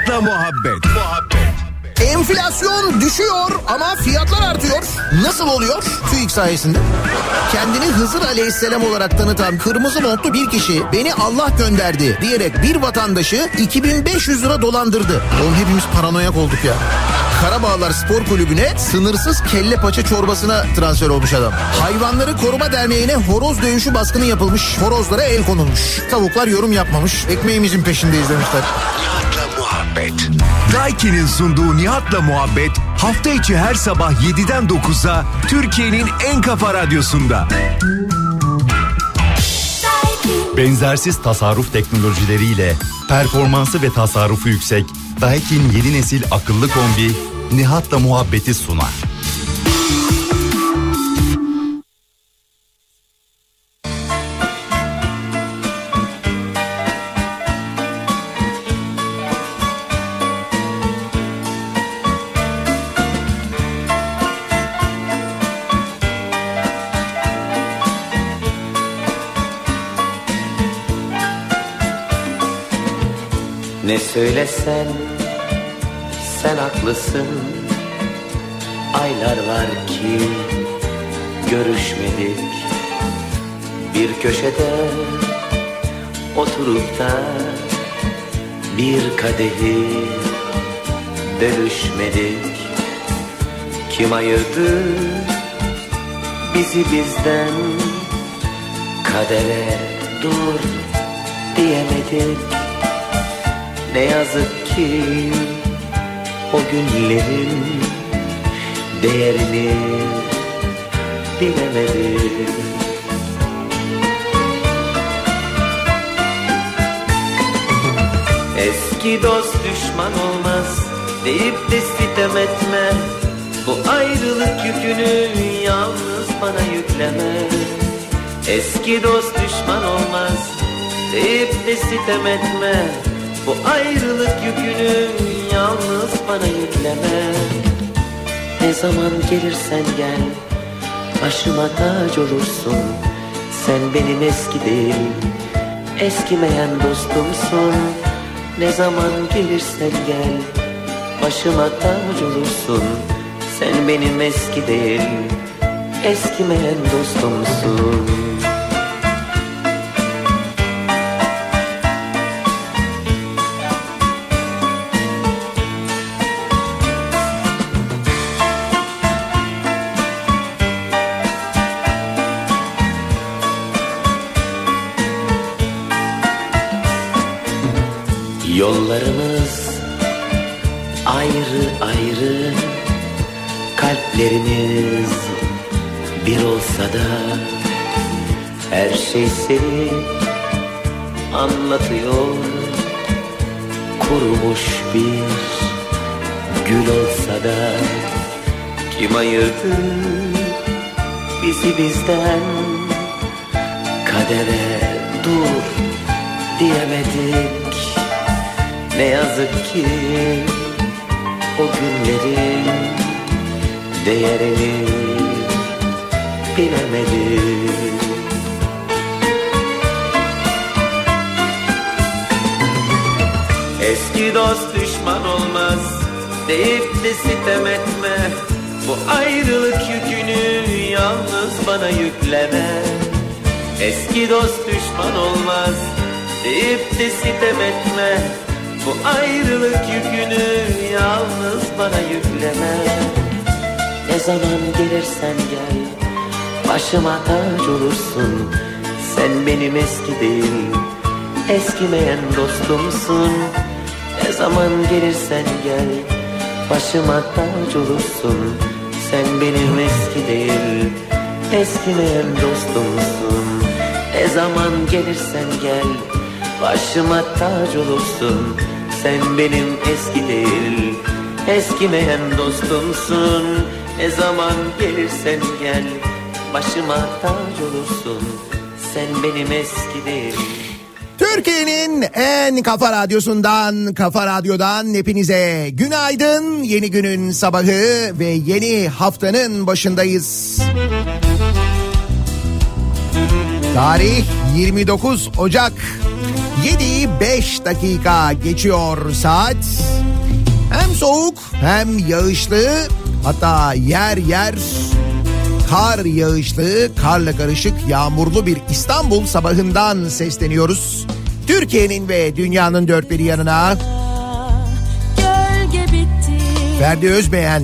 Nihat'la muhabbet. Enflasyon düşüyor ama fiyatlar artıyor. Nasıl oluyor? TÜİK sayesinde. Kendini Hızır Aleyhisselam olarak tanıtan kırmızı montlu bir kişi beni Allah gönderdi diyerek bir vatandaşı 2500 lira dolandırdı. Oğlum hepimiz paranoyak olduk ya. Karabağlar Spor Kulübü'ne sınırsız kelle paça çorbasına transfer olmuş adam. Hayvanları Koruma Derneği'ne horoz dövüşü baskını yapılmış. Horozlara el konulmuş. Tavuklar yorum yapmamış. Ekmeğimizin peşindeyiz demişler. Nihat'la muhabbet. Daiki'nin sunduğu Nihat'la muhabbet hafta içi her sabah 7'den 9'a Türkiye'nin en kafa radyosunda. Benzersiz tasarruf teknolojileriyle performansı ve tasarrufu yüksek Daikin yeni nesil akıllı kombi Nihat'la muhabbeti sunar. Ne söylesen sen haklısın. Aylar var ki görüşmedik. Bir köşede oturup da bir kadehi bölüşmedik. Kim ayırdı bizi bizden? Kadere dur diyemedik. Ne yazık ki o günlerin değerini bilemedim. Eski dost düşman olmaz deyip de sitem etme. Bu ayrılık yükünü yalnız bana yükleme. Eski dost düşman olmaz deyip de sitem etme. Bu ayrılık yükünü yalnız bana yükleme. Ne zaman gelirsen gel, başıma tac olursun. Sen benim eski değil, eskimeyen dostumsun. Ne zaman gelirsen gel, başıma tac olursun. Sen benim eski değil, eskimeyen dostumsun. Yollarımız ayrı ayrı, kalplerimiz bir olsa da her şey seni anlatıyor. Kurumuş bir gül olsa da kim ayırdı bizi bizden? Kadere dur diyemedik. Ne yazık ki o günlerin değerini bilemedim. Eski dost düşman olmaz deyip de sitem etme. Bu ayrılık yükünü yalnız bana yükleme. Eski dost düşman olmaz deyip de sitem etme. Bu ayrılık yükünü yalnız bana yükleme. Ne zaman gelirsen gel, başıma tac olursun. Sen benim eski değil, eskimeyen dostumsun. Ne zaman gelirsen gel, başıma tac olursun. Sen benim eski değil, eskimeyen dostumsun. Ne zaman gelirsen gel, başıma tac olursun. Sen benim eski değil, eskimeyen dostumsun. Ne zaman gelirsen gel, başıma tac olursun. Sen benim eski değil. Türkiye'nin en kafa radyosundan, Kafa Radyo'dan hepinize günaydın. Yeni günün sabahı ve yeni haftanın başındayız. Tarih 29 Ocak. 7:05 dakika geçiyor saat. Hem soğuk hem yağışlı, hatta yer yer kar yağışlı, karla karışık yağmurlu bir İstanbul sabahından sesleniyoruz. Türkiye'nin ve dünyanın dört bir yanına. Ferdi Özbeğen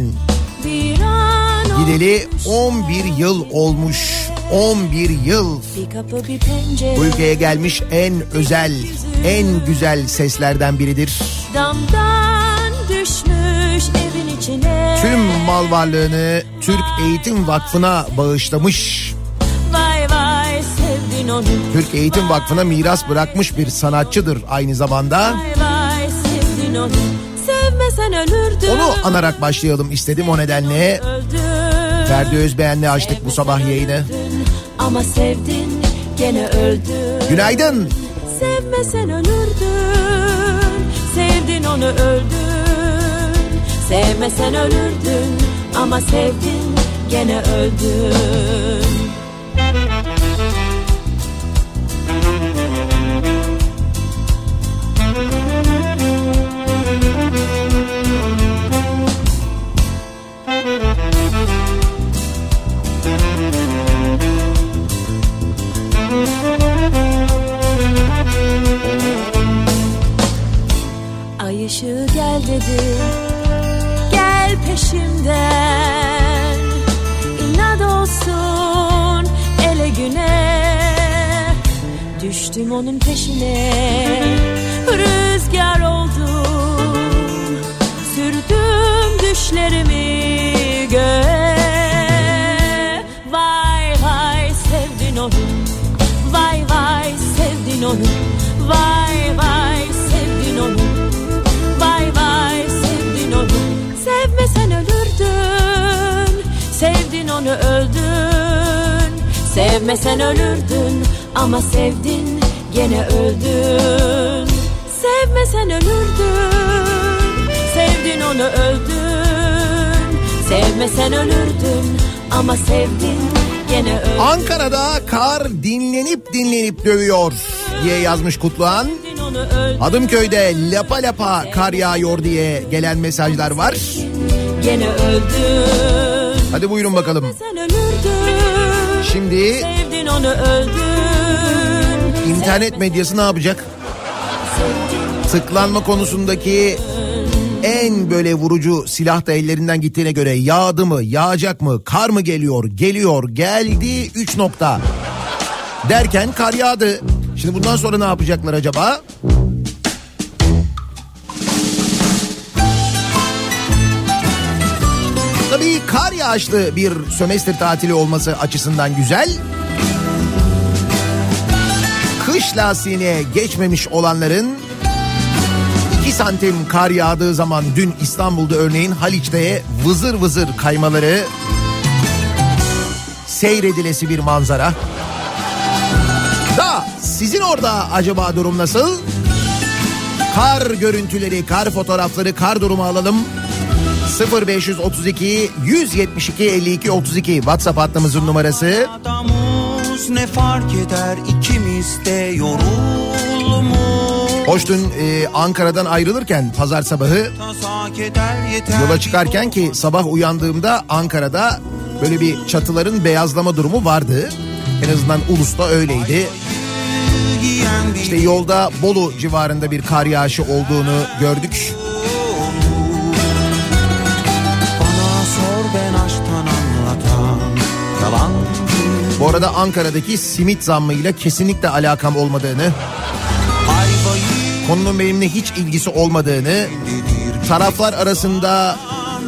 gideli 11 yıl olmuş. 11 yıl. Bu ülkeye gelmiş en özel, en güzel seslerden biridir. Damdan düşmüş evin içine. Tüm mal varlığını Türk Eğitim Vakfı'na bağışlamış. Vay vay sevdin onu. Türk Eğitim Vakfı'na miras bırakmış bir sanatçıdır aynı zamanda. Vay vay sevdin onu. Sevmesen ölürdün. Onu anarak başlayalım istedim, o nedenle Ferdi Özbeğen'le açtık bu sabah yayını. Ama sevdin gene öldün. Günaydın. Sevmesen ölürdün. Sevdin onu öldün. Sevmesen ölürdün. Ama sevdin gene öldün. Ay ışığı gel dedi, gel peşimden. İnat olsun ele güne, düştüm onun peşine. Rüzgar oldum, sürdüm düşlerimi göğe. Vay vay sevdin onu, vay vay sevdin onu, vay vay sevdin onu, vay vay sevdin onu. Sevmesen ölürdün, sevdin onu öldün. Sevmesen ölürdün ama sevdin gene öldün. Sevmesen ölürdün, sevdin onu öldün. Sevmesen ölürdün ama sevdin gene öldün. Ankara'da kar dinlenip dövüyor diye yazmış Kutluhan. Adımköy'de lapa lapa kar yağıyor diye gelen mesajlar var. Gene öldün. Hadi buyurun bakalım. Şimdi internet medyası ne yapacak? Tıklanma konusundaki en böyle vurucu silah da ellerinden gittiğine göre yağdı mı, yağacak mı, kar mı geliyor, geldi 3 nokta derken kar yağdı. Şimdi bundan sonra ne yapacaklar acaba? Tabii kar yağışlı bir sömestr tatili olması açısından güzel. Kış lastiğine geçmemiş olanların 2 santim kar yağdığı zaman dün İstanbul'da örneğin Haliç'te vızır vızır kaymaları seyredilesi bir manzara. Da sizin orada acaba durum nasıl? Kar görüntüleri, kar fotoğrafları, kar durumu alalım. 0532 172 52 32 WhatsApp hattımızın numarası. Ne fark eder ikimiz de yorulmuş. Hoş dün Ankara'dan ayrılırken pazar sabahı yola çıkarken ki sabah uyandığımda Ankara'da böyle bir çatıların beyazlama durumu vardı. En azından Ulus'ta öyleydi. İşte yolda Bolu civarında bir kar yağışı olduğunu gördük. Bana sor ben aşktan anlatan yalan. Bu arada Ankara'daki simit zammıyla kesinlikle alakam olmadığını, konunun benimle hiç ilgisi olmadığını, taraflar arasında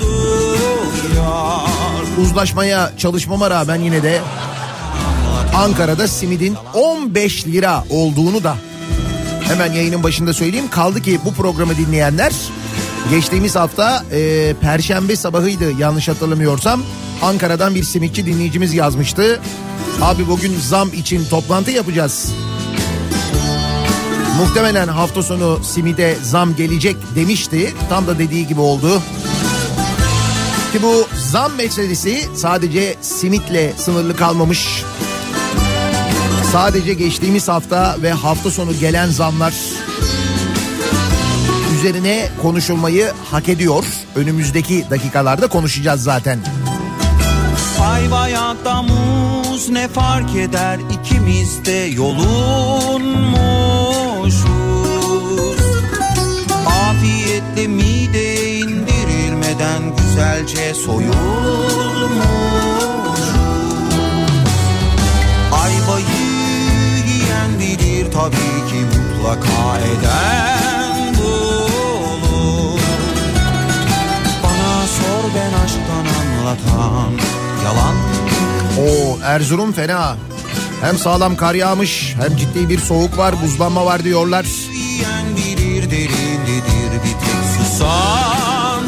uzlaşmaya çalışmama rağmen yine de Ankara'da simidin 15 lira olduğunu da hemen yayının başında söyleyeyim. Kaldı ki bu programı dinleyenler geçtiğimiz hafta Perşembe sabahıydı yanlış hatırlamıyorsam, Ankara'dan bir simitçi dinleyicimiz yazmıştı. Abi bugün zam için toplantı yapacağız. Muhtemelen hafta sonu simide zam gelecek demişti. Tam da dediği gibi oldu. Ki bu zam meselesi sadece simitle sınırlı kalmamış. Sadece geçtiğimiz hafta ve hafta sonu gelen zamlar üzerine konuşulmayı hak ediyor. Önümüzdeki dakikalarda konuşacağız zaten. Ayva ya da muz ne fark eder, ikimiz de yolunmuşuz. Afiyetle mideye indirilmeden güzelce soyulmuş. Ayvayı yiyen bilir tabii ki, mutlaka eden bulur. Bana sor, ben aşktan anlatan yalan. Oo, Erzurum fena. Hem sağlam kar yağmış, hem ciddi bir soğuk var, buzlanma var diyorlar. Yiyen bilir derindedir, bir tek susan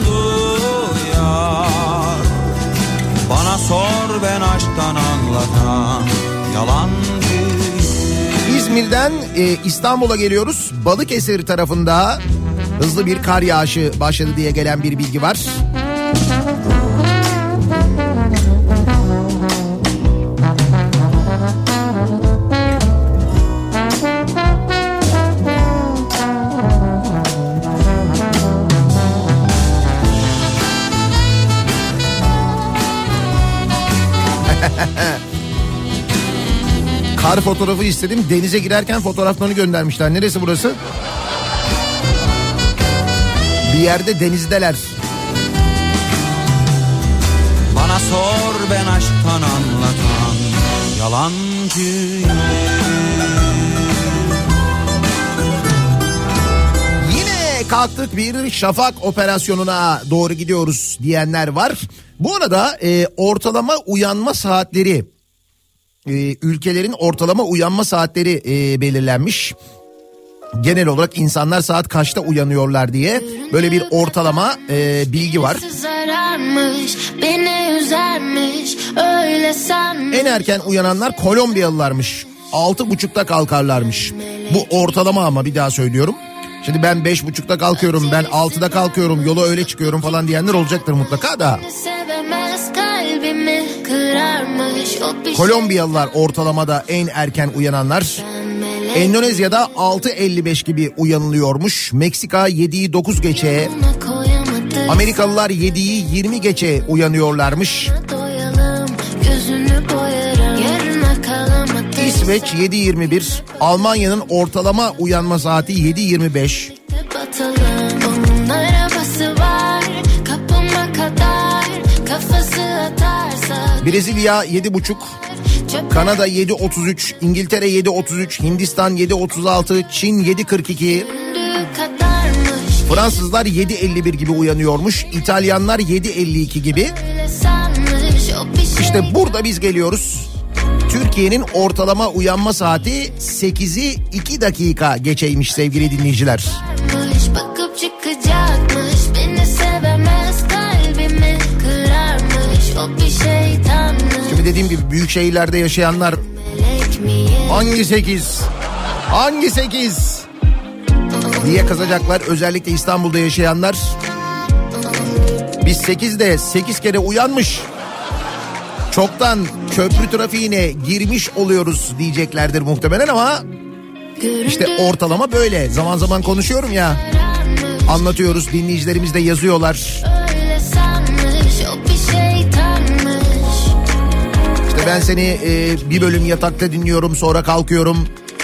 duyar. Bana sor, ben aşktan anlatan yalancı. İzmir'den İstanbul'a geliyoruz. Balıkesir tarafında hızlı bir kar yağışı başladı diye gelen bir bilgi var. Kar fotoğrafı istedim. Denize girerken fotoğraflarını göndermişler. Neresi burası? Bir yerde denizdeler. Bana sor, ben aşktan anlatan yalancıyım. Yine kalktık, bir şafak operasyonuna doğru gidiyoruz diyenler var. Bu arada ortalama uyanma saatleri, ülkelerin ortalama uyanma saatleri belirlenmiş. Genel olarak insanlar saat kaçta uyanıyorlar diye böyle bir ortalama bilgi var. En erken uyananlar Kolombiyalılarmış. 6.30'da kalkarlarmış. Bu ortalama, ama bir daha söylüyorum. Şimdi ben 5.30'da kalkıyorum, ben 6'da kalkıyorum, yola öyle çıkıyorum falan diyenler olacaktır mutlaka da. Kolombiyalılar ortalamada en erken uyananlar. Endonezya'da 6.55 gibi uyanılıyormuş. Meksika 7'yi 9 geçe. Amerikalılar 7'yi 20 geçe uyanıyorlarmış. İsveç 7.21. Almanya'nın ortalama uyanma saati 7.25. Brezilya 7.30, Kanada 7.33, İngiltere 7.33, Hindistan 7.36, Çin 7.42. Fransızlar 7.51 gibi uyanıyormuş, İtalyanlar 7.52 gibi. İşte burada biz geliyoruz. Türkiye'nin ortalama uyanma saati 8'i 2 dakika geçeymiş sevgili dinleyiciler. Bakıp çıkacakmış, beni sevemez, kalbimi kırarmış, o bir şeytanmış. Şimdi dediğim gibi büyük şehirlerde yaşayanlar hangi 8? Hangi 8? diye kazacaklar. Özellikle İstanbul'da yaşayanlar biz 8'de 8 kere uyanmış, çoktan köprü trafiğine girmiş oluyoruz diyeceklerdir muhtemelen, ama işte ortalama böyle. Zaman zaman konuşuyorum ya, anlatıyoruz, dinleyicilerimiz de yazıyorlar. İşte ben seni bir bölüm yatakta dinliyorum, sonra kalkıyorum.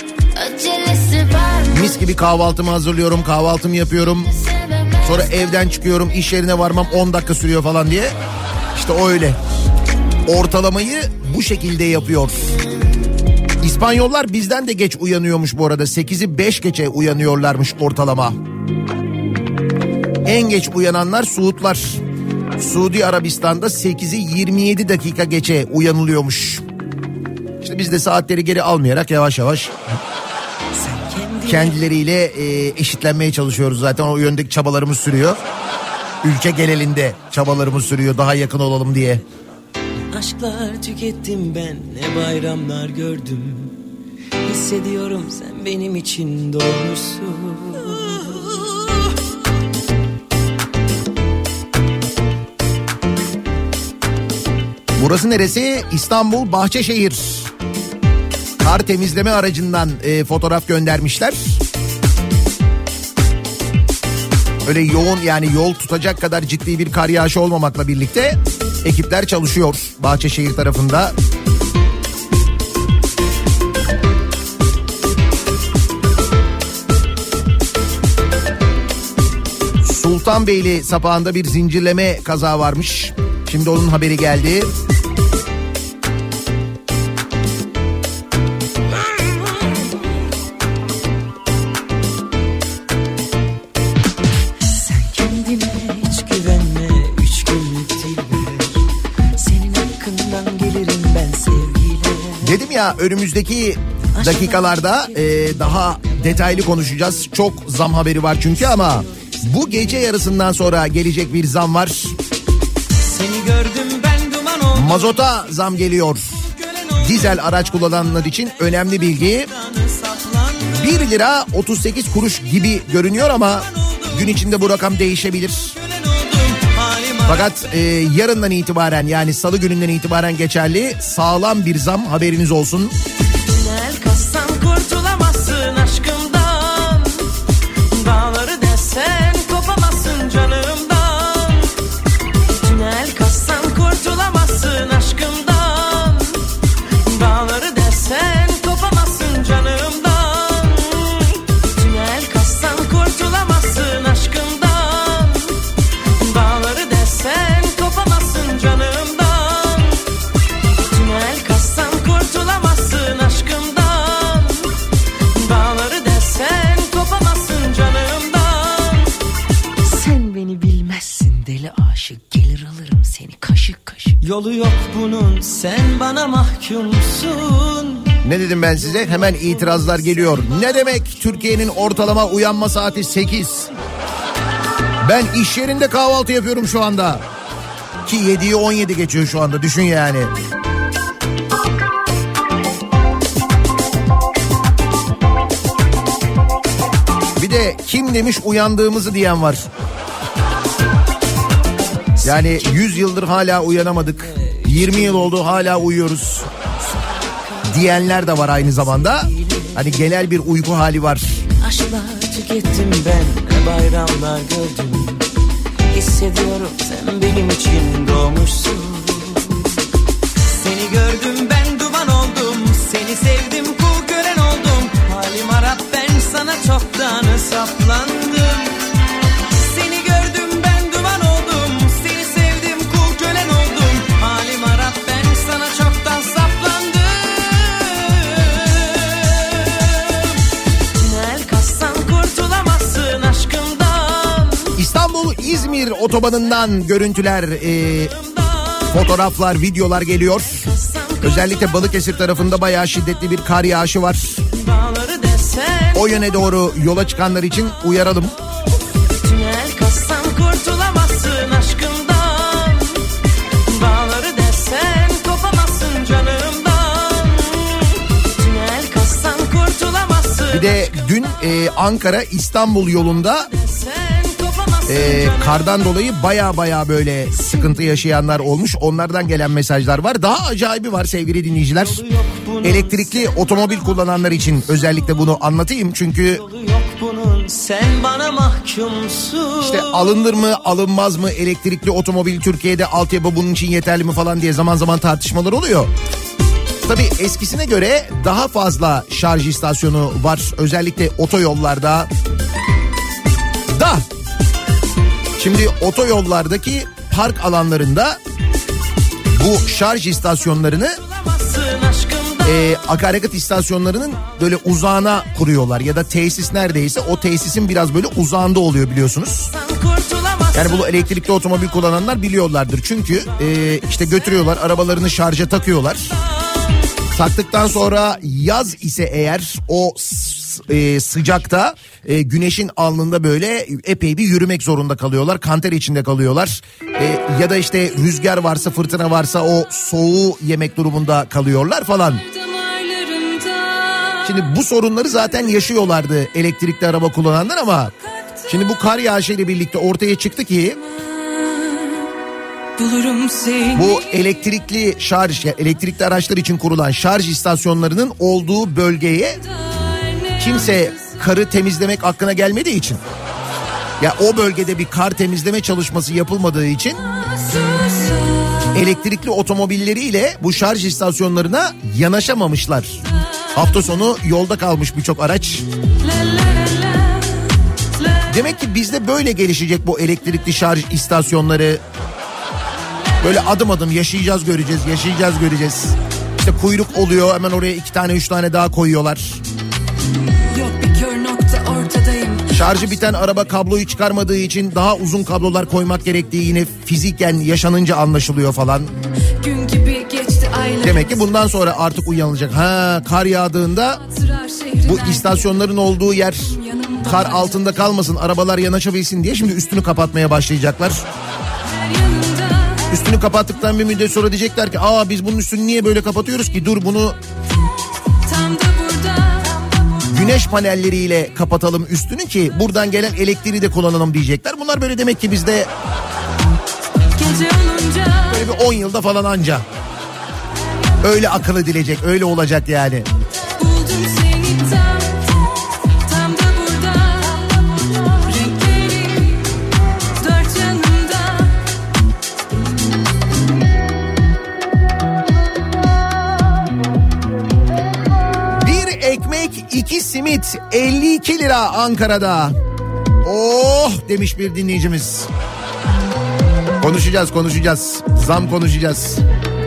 Mis gibi kahvaltımı hazırlıyorum, kahvaltımı yapıyorum. Sonra evden çıkıyorum, iş yerine varmam 10 dakika sürüyor falan diye. İşte öyle. Ortalamayı bu şekilde yapıyor. İspanyollar bizden de geç uyanıyormuş bu arada. 8'i 5 geçe uyanıyorlarmış ortalama. En geç uyananlar Suudlar. Suudi Arabistan'da 8'i 27 dakika geçe uyanılıyormuş. İşte biz de saatleri geri almayarak yavaş yavaş kendileriyle eşitlenmeye çalışıyoruz zaten. O yöndeki çabalarımız sürüyor. Ülke genelinde çabalarımız sürüyor, daha yakın olalım diye. Aşklar tükettim ben, ne bayramlar gördüm. Hissediyorum sen benim için doğmuşsun. Burası neresi? İstanbul Bahçeşehir. Kar temizleme aracından fotoğraf göndermişler. Öyle yoğun, yani yol tutacak kadar ciddi bir kar yağışı olmamakla birlikte ekipler çalışıyor Bahçeşehir tarafında. Sultanbeyli sapağında bir zincirleme kaza varmış. Şimdi onun haberi geldi. Sen kendine hiç güvenme, 3 günlük dilber. Senin hakkından gelirim ben sevgiyle. Dedim ya, önümüzdeki dakikalarda daha detaylı konuşacağız. Çok zam haberi var çünkü, ama bu gece yarısından sonra gelecek bir zam var. Seni gördüm ben duman oldum. Mazota zam geliyor. Dizel araç kullananlar için önemli bilgi. 1 lira 38 kuruş gibi görünüyor ama gün içinde bu rakam değişebilir. Fakat yarından itibaren, yani salı gününden itibaren geçerli sağlam bir zam, haberiniz olsun. Tünel kazsan kurtulamazsın aşkımdan. Dağları desen kopamazsın canımdan. Tünel kazsan kurtulamazsın aşkımdan. Dağları desen kopamazsın canımdan. Tünel kazsan kurtulamazsın aşkımdan. Dağları desen kopamazsın canımdan. Tünel kazsan kurtulamazsın aşkımdan. Dağları desen kopamazsın canımdan. Sen beni bilmezsin deli aşık, gelir alırım seni kaşık kaşık. Yolu yok bunun, sen bana mahkumsun. Ne dedim ben size? Hemen itirazlar geliyor. Ne demek Türkiye'nin ortalama uyanma saati 8? Ben iş yerinde kahvaltı yapıyorum şu anda. Ki 7'yi 17 geçiyor şu anda, düşün yani. Bir de kim demiş uyandığımızı diyen var. Yani 100 yıldır hala uyanamadık. 20 yıl oldu hala uyuyoruz diyenler de var aynı zamanda. Hani genel bir uyku hali var. Aşklar tükettim ben, ne bayramlar gördüm. Hissediyorum sen benim için doğmuşsun. Seni gördüm ben duman oldum. Seni sevdim kul gören oldum. Halim Arap ben sana çoktan saplandım. Seni gördüm ben duman oldum. Seni sevdim kul gören oldum. Halim Arap ben sana çoktan saplandım. Tünel kazsan kurtulamazsın aşkımdan. İstanbul-İzmir otobanından görüntüler, fotoğraflar, videolar geliyor. Özellikle Balıkesir tarafında bayağı şiddetli bir kar yağışı var. O yöne doğru yola çıkanlar için uyaralım. Tünel kazsan kurtulamazsın aşkımdan. Dağları desen kopamazsın canımdan. Tünel kazsan kurtulamazsın. Bir de dün Ankara-İstanbul yolunda kardan dolayı baya böyle sıkıntı yaşayanlar olmuş. Onlardan gelen mesajlar var. Daha acayibi var sevgili dinleyiciler. Elektrikli otomobil kullananlar için özellikle bunu anlatayım. Çünkü sen bana mahkumsun. İşte alınır mı alınmaz mı elektrikli otomobil, Türkiye'de altyapı bunun için yeterli mi falan diye zaman zaman tartışmalar oluyor. Tabii eskisine göre daha fazla şarj istasyonu var. Özellikle otoyollarda da. Şimdi otoyollardaki park alanlarında bu şarj istasyonlarını akaryakıt istasyonlarının böyle uzağına kuruyorlar. Ya da tesis neredeyse o tesisin biraz böyle uzağında oluyor, biliyorsunuz. Yani bu elektrikli otomobil kullananlar biliyorlardır. Çünkü işte götürüyorlar, arabalarını şarja takıyorlar. Taktıktan sonra yaz ise eğer o sıcakta güneşin alnında böyle epey bir yürümek zorunda kalıyorlar. Kanter içinde kalıyorlar. Ya da işte rüzgar varsa, fırtına varsa o soğuğu yemek durumunda kalıyorlar falan. Şimdi bu sorunları zaten yaşıyorlardı elektrikli araba kullananlar, ama şimdi bu kar yağışı ile birlikte ortaya çıktı ki bulurum seni. Bu elektrikli şarj, yani elektrikli araçlar için kurulan şarj istasyonlarının olduğu bölgeye kimse karı temizlemek aklına gelmediği için, ya o bölgede bir kar temizleme çalışması yapılmadığı için elektrikli otomobilleriyle bu şarj istasyonlarına yanaşamamışlar. Hafta sonu yolda kalmış birçok araç. Demek ki bizde böyle gelişecek bu elektrikli şarj istasyonları. Böyle adım adım yaşayacağız, göreceğiz. İşte kuyruk oluyor, hemen oraya 2 tane 3 tane daha koyuyorlar. Yok bir kör nokta, ortadayım. Şarjı biten araba kabloyu çıkarmadığı için daha uzun kablolar koymak gerektiği yine fiziken yaşanınca anlaşılıyor falan. Gün gibi geçti aylar. Demek ki bundan sonra artık uyanılacak. Kar yağdığında bu istasyonların olduğu yer kar altında kalmasın, arabalar yanaşabilsin diye şimdi üstünü kapatmaya başlayacaklar. Üstünü kapattıktan bir müddet sonra diyecekler ki biz bunun üstünü niye böyle kapatıyoruz ki, dur bunu güneş panelleriyle kapatalım üstünü ki buradan gelen elektriği de kullanalım diyecekler. Bunlar böyle demek ki bizde böyle bir 10 yılda falan anca öyle akıl edilecek, öyle olacak yani. Buldum seni tam da burada. Renkleri dört yanımda. Bir ekmek 2 simit 52 lira Ankara'da. Oh demiş bir dinleyicimiz. Konuşacağız. Zam konuşacağız.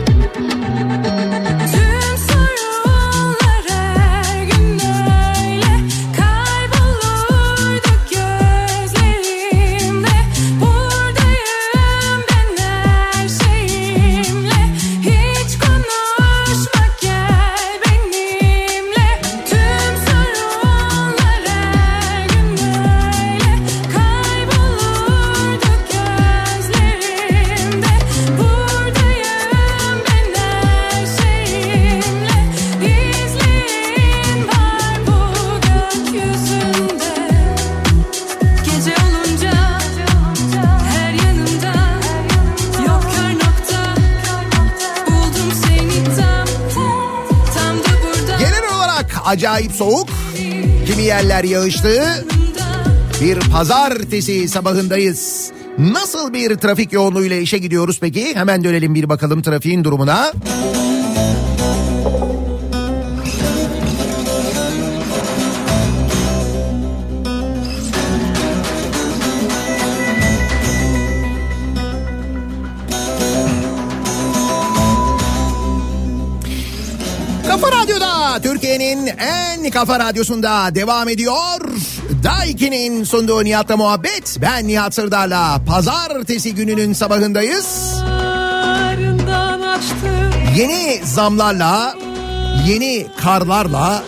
Acayip soğuk, kimi yerler yağışlı. Bir pazartesi sabahındayız. Nasıl bir trafik yoğunluğuyla işe gidiyoruz peki? Hemen dönelim bir bakalım trafiğin durumuna. Türkiye'nin en kafa radyosunda devam ediyor. Daiki'nin sunduğu Nihat'la muhabbet. Ben Nihat Sırdar'la pazartesi gününün sabahındayız. Yeni zamlarla, yeni karlarla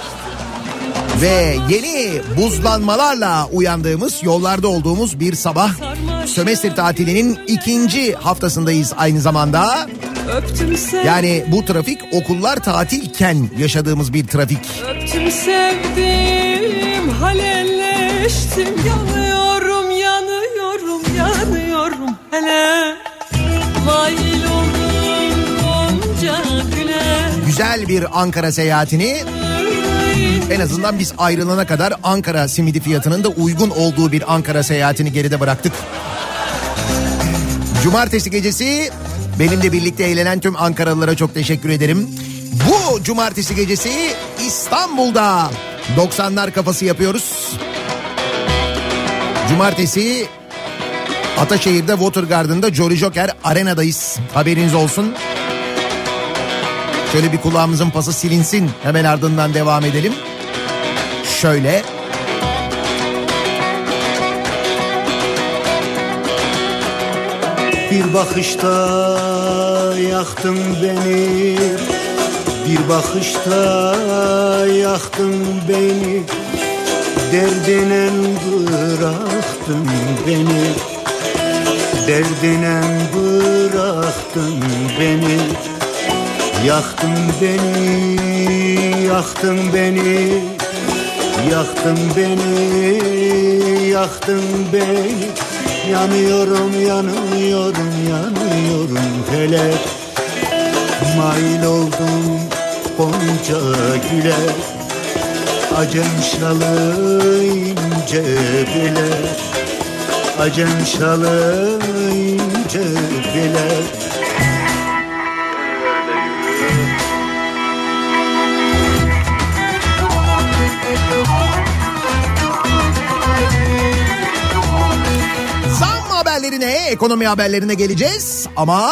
ve yeni buzlanmalarla uyandığımız, yollarda olduğumuz bir sabah. Sömestr tatilinin 2. haftasındayız aynı zamanda. Yani bu trafik okullar tatilken yaşadığımız bir trafik. Öptüm sevdim, halelleştim, yanıyorum hele. Mail oldum onca güne. Güzel bir Ankara seyahatini, en azından biz ayrılana kadar Ankara simidi fiyatının da uygun olduğu bir Ankara seyahatini geride bıraktık. Cumartesi gecesi benimle birlikte eğlenen tüm Ankaralılara çok teşekkür ederim. Bu cumartesi gecesi İstanbul'da 90'lar kafası yapıyoruz. Cumartesi Ataşehir'de Watergarden'da Jolly Joker Arena'dayız. Haberiniz olsun. Şöyle bir kulağımızın pası silinsin. Hemen ardından devam edelim. Şöyle. Bir bakışta yaktın beni, bir bakışta yaktın beni, derdine bıraktın beni, derdine bıraktın beni, yaktın beni, yaktın beni, yaktın beni, yaktın beni. Yanıyorum, yanıyorum, yanıyorum felek. Mail oldum Gonca güle. Acem şalı ince bile. Acem şalı ince bile. Zam haberlerine, ekonomi haberlerine geleceğiz ama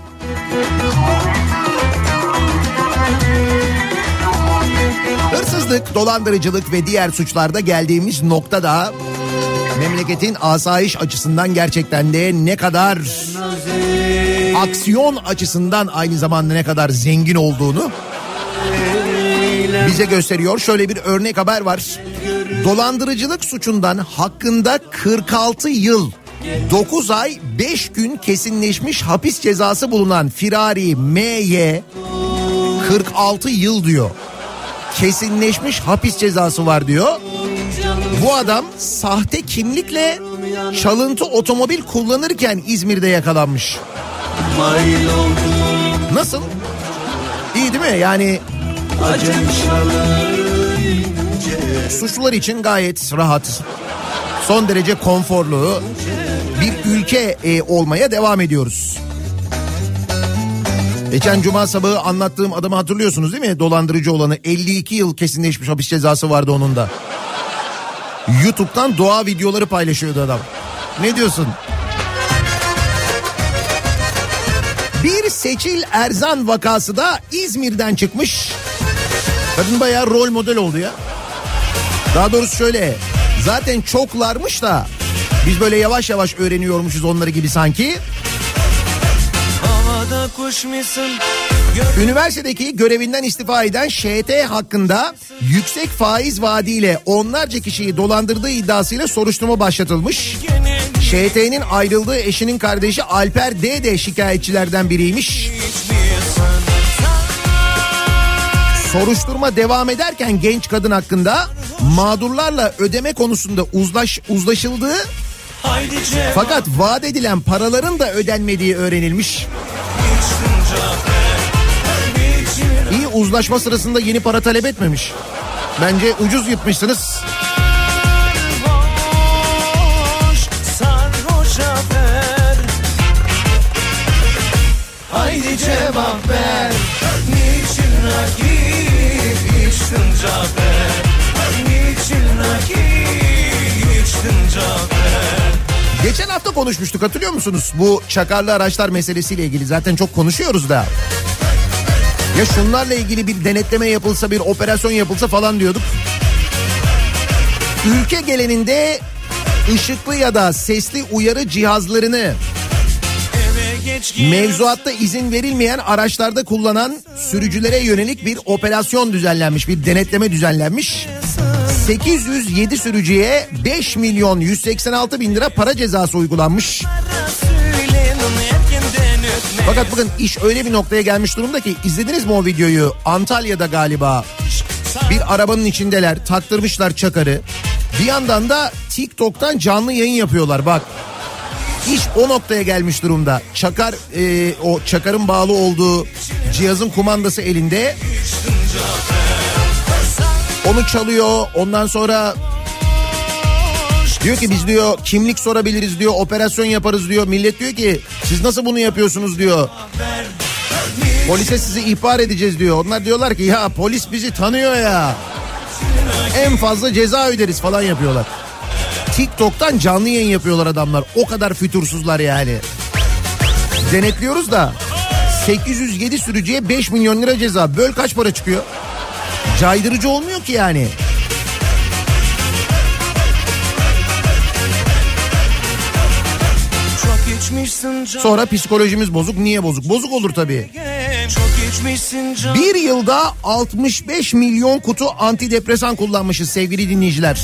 hırsızlık, dolandırıcılık ve diğer suçlarda geldiğimiz noktada memleketin asayiş açısından gerçekten de ne kadar, aksiyon açısından aynı zamanda ne kadar zengin olduğunu bize gösteriyor. Şöyle bir örnek haber var. Dolandırıcılık suçundan hakkında 46 yıl 9 ay 5 gün kesinleşmiş hapis cezası bulunan firari M.Y. 46 yıl diyor. Kesinleşmiş hapis cezası var diyor. Bu adam sahte kimlikle çalıntı otomobil kullanırken İzmir'de yakalanmış. Nasıl? İyi değil mi? Yani suçlular için gayet rahat, son derece konforlu bir ülke olmaya devam ediyoruz. Geçen cuma sabahı anlattığım adamı hatırlıyorsunuz değil mi? Dolandırıcı olanı, 52 yıl kesinleşmiş hapis cezası vardı onun da. YouTube'dan doğa videoları paylaşıyordu adam. Ne diyorsun? Bir Seçil Erzan vakası da İzmir'den çıkmış. Kadın bayağı rol model oldu ya. Daha doğrusu şöyle, zaten çoklarmış da biz böyle yavaş yavaş öğreniyormuşuz onları gibi sanki. Üniversitedeki görevinden istifa eden ŞT hakkında yüksek faiz vaadiyle onlarca kişiyi dolandırdığı iddiasıyla soruşturma başlatılmış. ŞT'nin ayrıldığı eşinin kardeşi Alper D de şikayetçilerden biriymiş. Soruşturma devam ederken genç kadın hakkında mağdurlarla ödeme konusunda uzlaşıldığı, fakat vaat edilen paraların da ödenmediği öğrenilmiş. İyi, uzlaşma sırasında yeni para talep etmemiş. Bence ucuz yırtmışsınız. Haydi cevap ver. Niçin rakip içtin Cafer? Niçin rakip içtin Cafer? Geçen hafta konuşmuştuk, hatırlıyor musunuz? Bu çakarlı araçlar meselesiyle ilgili zaten çok konuşuyoruz da. Ya şunlarla ilgili bir denetleme yapılsa, bir operasyon yapılsa falan diyorduk. Ülke genelinde ışıklı ya da sesli uyarı cihazlarını mevzuatta izin verilmeyen araçlarda kullanan sürücülere yönelik bir operasyon düzenlenmiş, bir denetleme düzenlenmiş. 807 sürücüye 5 milyon 186 bin lira para cezası uygulanmış. Fakat bakın, iş öyle bir noktaya gelmiş durumda ki, izlediniz mi o videoyu? Antalya'da galiba bir arabanın içindeler, taktırmışlar çakarı. Bir yandan da TikTok'tan canlı yayın yapıyorlar bak. İş o noktaya gelmiş durumda. Çakar, o çakarın bağlı olduğu cihazın kumandası elinde. Onu çalıyor, ondan sonra diyor ki biz diyor kimlik sorabiliriz diyor, operasyon yaparız diyor. Millet diyor ki siz nasıl bunu yapıyorsunuz diyor. Polise sizi ihbar edeceğiz diyor. Onlar diyorlar ki ya polis bizi tanıyor ya. En fazla ceza öderiz falan yapıyorlar. TikTok'tan canlı yayın yapıyorlar adamlar. O kadar fütursuzlar yani. Denetliyoruz da 807 sürücüye 5 milyon lira ceza. Böl kaç para çıkıyor? Caydırıcı olmuyor ki yani. Sonra psikolojimiz bozuk. Niye bozuk? Bozuk olur tabii. Bir yılda 65 milyon kutu antidepresan kullanmışız sevgili dinleyiciler.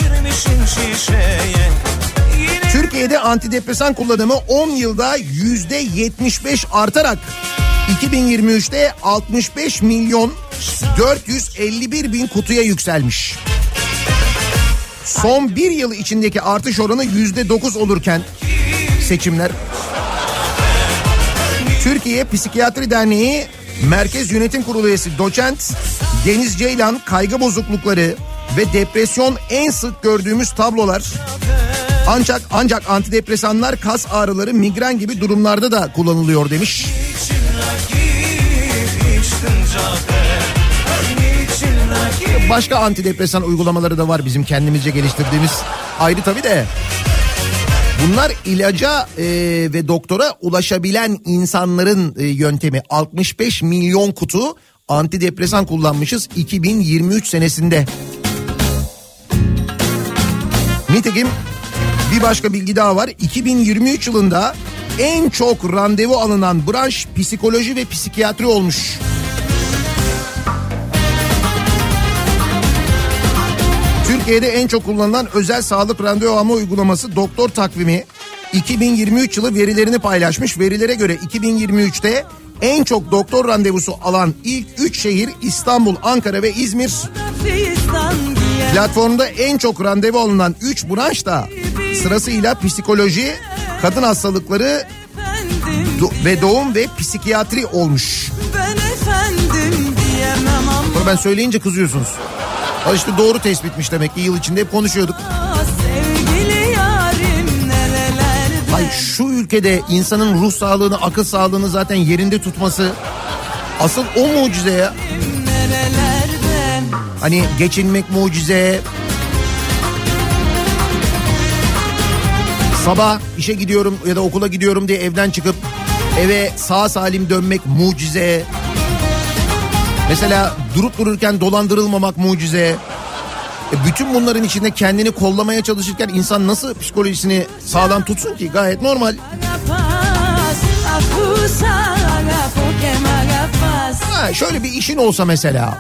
Türkiye'de antidepresan kullanımı 10 yılda %75 artarak 2023'te 65 milyon 451 bin kutuya yükselmiş. Son bir yıl içindeki artış oranı %9 olurken seçimler. Türkiye Psikiyatri Derneği Merkez Yönetim Kurulu üyesi doçent Deniz Ceylan, kaygı bozuklukları ve depresyon en sık gördüğümüz tablolar. Ancak antidepresanlar kas ağrıları, migren gibi durumlarda da kullanılıyor demiş. Başka antidepresan uygulamaları da var bizim kendimizce geliştirdiğimiz, ayrı tabii de. Bunlar ilaca ve doktora ulaşabilen insanların yöntemi. 65 milyon kutu antidepresan kullanmışız 2023 senesinde. Nitekim bir başka bilgi daha var. 2023 yılında en çok randevu alınan branş psikoloji ve psikiyatri olmuş. Türkiye'de en çok kullanılan özel sağlık randevu alma uygulaması Doktor Takvimi 2023 yılı verilerini paylaşmış. Verilere göre 2023'te en çok doktor randevusu alan ilk 3 şehir İstanbul, Ankara ve İzmir. Platformda en çok randevu alınan 3 branş da sırasıyla psikoloji, kadın hastalıkları ve doğum ve psikiyatri olmuş. Bunu ben söyleyince kızıyorsunuz. İşte doğru tespitmiş demek ki, yıl içinde hep konuşuyorduk. Hayır, şu ülkede insanın ruh sağlığını, akıl sağlığını zaten yerinde tutması asıl o mucize ya. Hani geçinmek mucize. Sabah işe gidiyorum ya da okula gidiyorum diye evden çıkıp eve sağ salim dönmek mucize. Mesela durup dururken dolandırılmamak mucize. Bütün bunların içinde kendini kollamaya çalışırken insan nasıl psikolojisini sağlam tutsun ki? Gayet normal. Şöyle bir işin olsa mesela.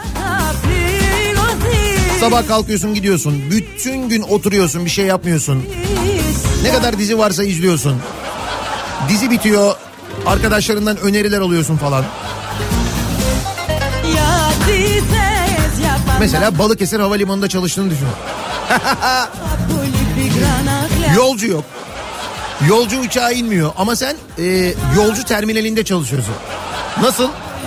Sabah kalkıyorsun, gidiyorsun. Bütün gün oturuyorsun, bir şey yapmıyorsun. Ne kadar dizi varsa izliyorsun. Dizi bitiyor, arkadaşlarından öneriler alıyorsun falan. Mesela Balıkesir Havalimanı'nda çalıştığını düşün. Yolcu yok. Yolcu uçağa inmiyor ama sen yolcu terminalinde çalışıyorsun. Nasıl?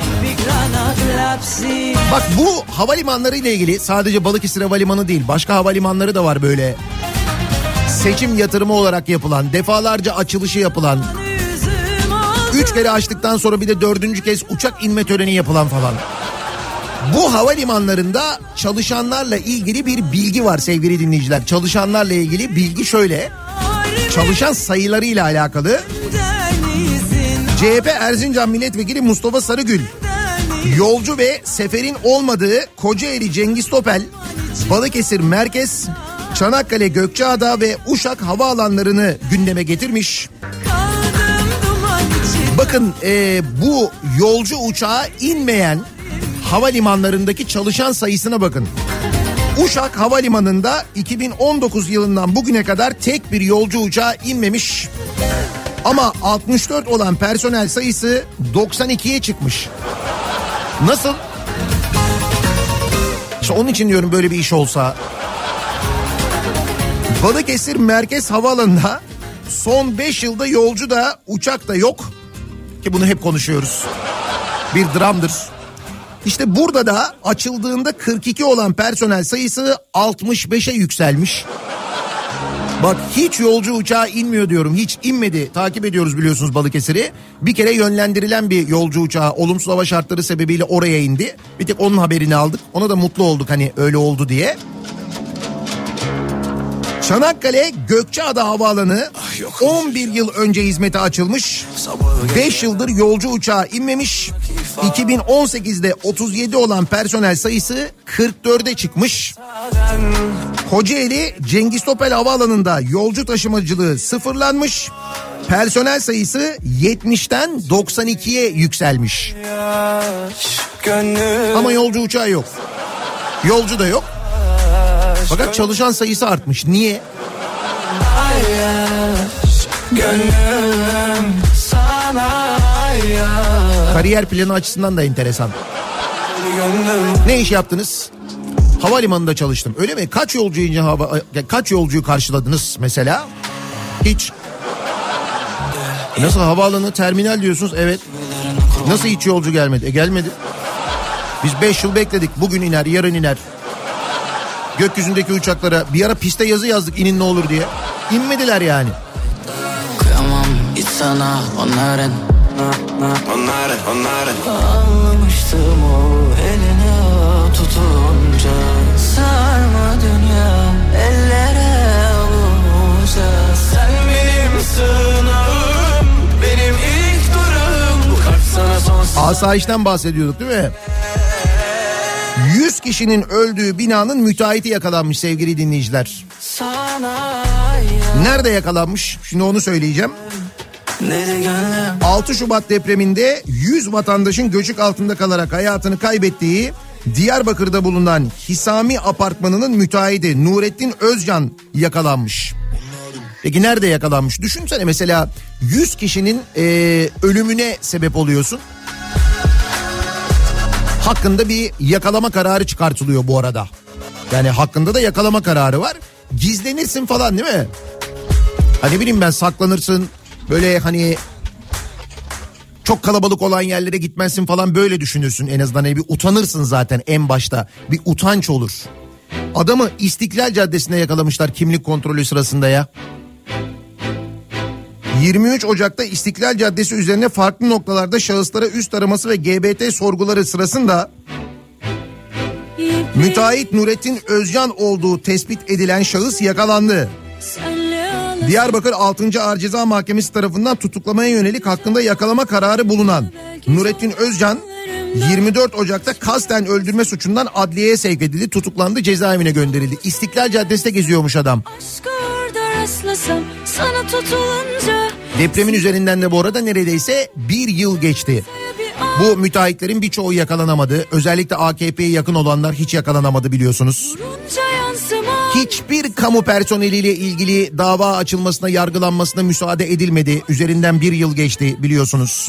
Bak, bu havalimanları ile ilgili sadece Balıkesir Havalimanı değil, başka havalimanları da var böyle. Seçim yatırımı olarak yapılan, defalarca açılışı yapılan, 3 kere açtıktan sonra bir de 4. kez uçak inme töreni yapılan falan. Bu havalimanlarında çalışanlarla ilgili bir bilgi var sevgili dinleyiciler. Çalışanlarla ilgili bilgi şöyle. Çalışan sayılarıyla alakalı. CHP Erzincan Milletvekili Mustafa Sarıgül, yolcu ve seferin olmadığı Kocaeli Cengiz Topel, Balıkesir Merkez, Çanakkale Gökçeada ve Uşak havaalanlarını gündeme getirmiş. Bakın bu yolcu uçağa inmeyen havalimanlarındaki çalışan sayısına bakın. Uşak Havalimanı'nda 2019 yılından bugüne kadar tek bir yolcu uçağı inmemiş. Ama 64 olan personel sayısı 92'ye çıkmış. Nasıl? İşte onun için diyorum, böyle bir iş olsa. Balıkesir Merkez Havaalanı'nda son 5 yılda yolcu da uçak da yok. Ki bunu hep konuşuyoruz. Bir dramdır. İşte burada da açıldığında 42 olan personel sayısı 65'e yükselmiş. Bak, hiç yolcu uçağı inmiyor diyorum. Hiç inmedi. Takip ediyoruz biliyorsunuz Balıkesir'i. Bir kere yönlendirilen bir yolcu uçağı olumsuz hava şartları sebebiyle oraya indi. Bir tek onun haberini aldık. Ona da mutlu olduk hani öyle oldu diye. Çanakkale Gökçeada Havaalanı 11 yıl önce hizmete açılmış. 5 yıldır yolcu uçağı inmemiş. 2018'de 37 olan personel sayısı 44'e çıkmış. Kocaeli Cengiz Topel Havaalanı'nda yolcu taşımacılığı sıfırlanmış. Personel sayısı 70'ten 92'ye yükselmiş. Ama yolcu uçağı yok. Yolcu da yok. Fakat çalışan sayısı artmış. Niye? Kariyer planı açısından da enteresan. Ne iş yaptınız? Havalimanında çalıştım. Öyle mi? Kaç yolcuyu karşıladınız mesela? Hiç. Nasıl havaalanı terminal diyorsunuz? Evet. Nasıl hiç yolcu gelmedi? Gelmedi. Biz 5 yıl bekledik. Bugün iner, yarın iner. Gökyüzündeki uçaklara bir ara piste yazı yazdık inin ne olur diye. İnmediler yani. Kıyamam hiç sana onların. Ağlamıştım o eline tutunca. Sarma dünya ellere avuca. Sen benim sığınağım, benim ilk durum. Bu kalp sana sonsuz. Asayişten bahsediyorduk değil mi? 100 kişinin öldüğü binanın müteahhiti yakalanmış sevgili dinleyiciler. Nerede yakalanmış? Şimdi onu söyleyeceğim. 6 Şubat depreminde 100 vatandaşın göçük altında kalarak hayatını kaybettiği Diyarbakır'da bulunan Hisami Apartmanı'nın müteahhidi Nurettin Özcan yakalanmış. Peki nerede yakalanmış? Düşünsene mesela 100 kişinin ölümüne sebep oluyorsun. Hakkında bir yakalama kararı çıkartılıyor bu arada. Yani hakkında da yakalama kararı var. Gizlenirsin falan değil mi? Hani bileyim ben saklanırsın. Böyle hani çok kalabalık olan yerlere gitmezsin falan böyle düşünürsün en azından. Hani bir utanırsın zaten en başta. Bir utanç olur. Adamı İstiklal Caddesi'nde yakalamışlar kimlik kontrolü sırasında ya. 23 Ocak'ta İstiklal Caddesi üzerine farklı noktalarda şahıslara üst araması ve GBT sorguları sırasında müteahhit Nurettin Özcan olduğu tespit edilen şahıs yakalandı. Diyarbakır 6. Ağır Ceza Mahkemesi tarafından tutuklamaya yönelik hakkında yakalama kararı bulunan Nurettin Özcan 24 Ocak'ta kasten öldürme suçundan adliyeye sevk edildi, tutuklandı, cezaevine gönderildi. İstiklal Caddesi'nde geziyormuş adam. Depremin üzerinden de bu arada neredeyse bir yıl geçti. Bu müteahhitlerin birçoğu yakalanamadı. Özellikle AKP'ye yakın olanlar hiç yakalanamadı biliyorsunuz. Hiçbir kamu personeliyle ilgili dava açılmasına, yargılanmasına müsaade edilmedi. Üzerinden bir yıl geçti biliyorsunuz.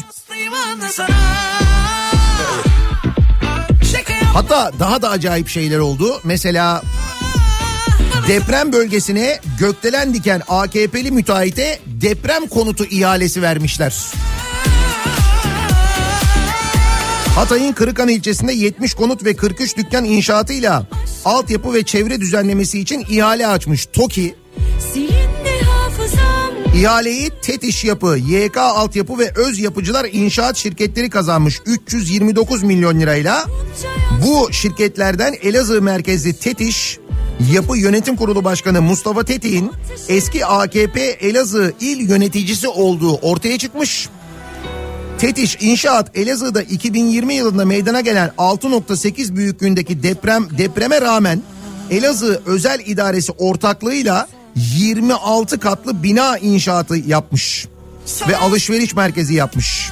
Hatta daha da acayip şeyler oldu. Mesela deprem bölgesine gökdelen diken AKP'li müteahhite deprem konutu ihalesi vermişler. Hatay'ın Kırıkhan ilçesinde 70 konut ve 43 dükkan inşaatıyla altyapı ve çevre düzenlemesi için ihale açmış TOKİ. İhaleyi TETİŞ Yapı, YK Altyapı ve Öz Yapıcılar İnşaat şirketleri kazanmış 329 milyon lirayla. Bu şirketlerden Elazığ merkezli TETİŞ Yapı Yönetim Kurulu Başkanı Mustafa Tetik'in eski AKP Elazığ il yöneticisi olduğu ortaya çıkmış. TETİŞ İnşaat Elazığ'da 2020 yılında meydana gelen 6.8 büyüklüğündeki depreme rağmen Elazığ Özel İdaresi ortaklığıyla 26 katlı bina inşaatı yapmış ve alışveriş merkezi yapmış.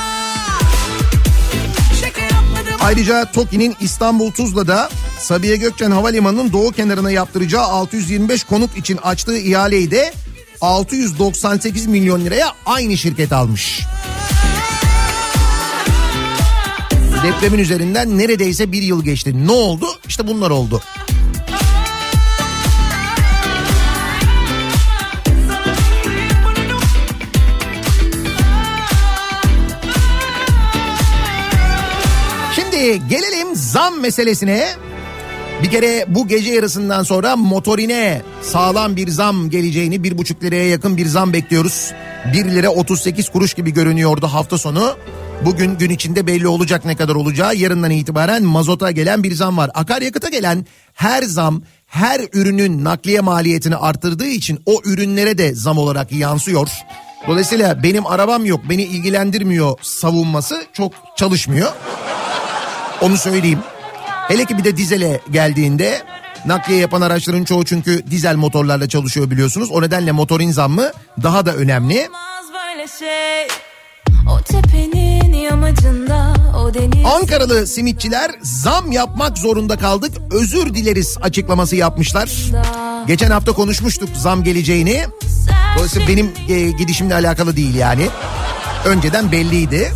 Ayrıca TOKİ'nin İstanbul Tuzla'da Sabiha Gökçen Havalimanı'nın doğu kenarına yaptıracağı 625 konut için açtığı ihaleyi de 698 milyon liraya aynı şirket almış. Depremin üzerinden neredeyse bir yıl geçti. Ne oldu? İşte bunlar oldu. Şimdi gelelim zam meselesine. Bir kere bu gece yarısından sonra motorine sağlam bir zam geleceğini, 1,5 liraya yakın bir zam bekliyoruz. 1 lira 38 kuruş gibi görünüyordu hafta sonu. Bugün gün içinde belli olacak ne kadar olacağı. Yarından itibaren mazota gelen bir zam var. Akaryakıta gelen her zam her ürünün nakliye maliyetini arttırdığı için o ürünlere de zam olarak yansıyor. Dolayısıyla benim arabam yok, beni ilgilendirmiyor savunması çok çalışmıyor. Onu söyleyeyim. Hele ki bir de dizele geldiğinde, nakliye yapan araçların çoğu çünkü dizel motorlarla çalışıyor biliyorsunuz. O nedenle motorin zammı daha da önemli. O tepenin yamacında, o deniz... Ankaralı simitçiler zam yapmak zorunda kaldık, özür dileriz açıklaması yapmışlar. Geçen hafta konuşmuştuk zam geleceğini. Dolayısıyla benim gidişimle alakalı değil yani. Önceden belliydi.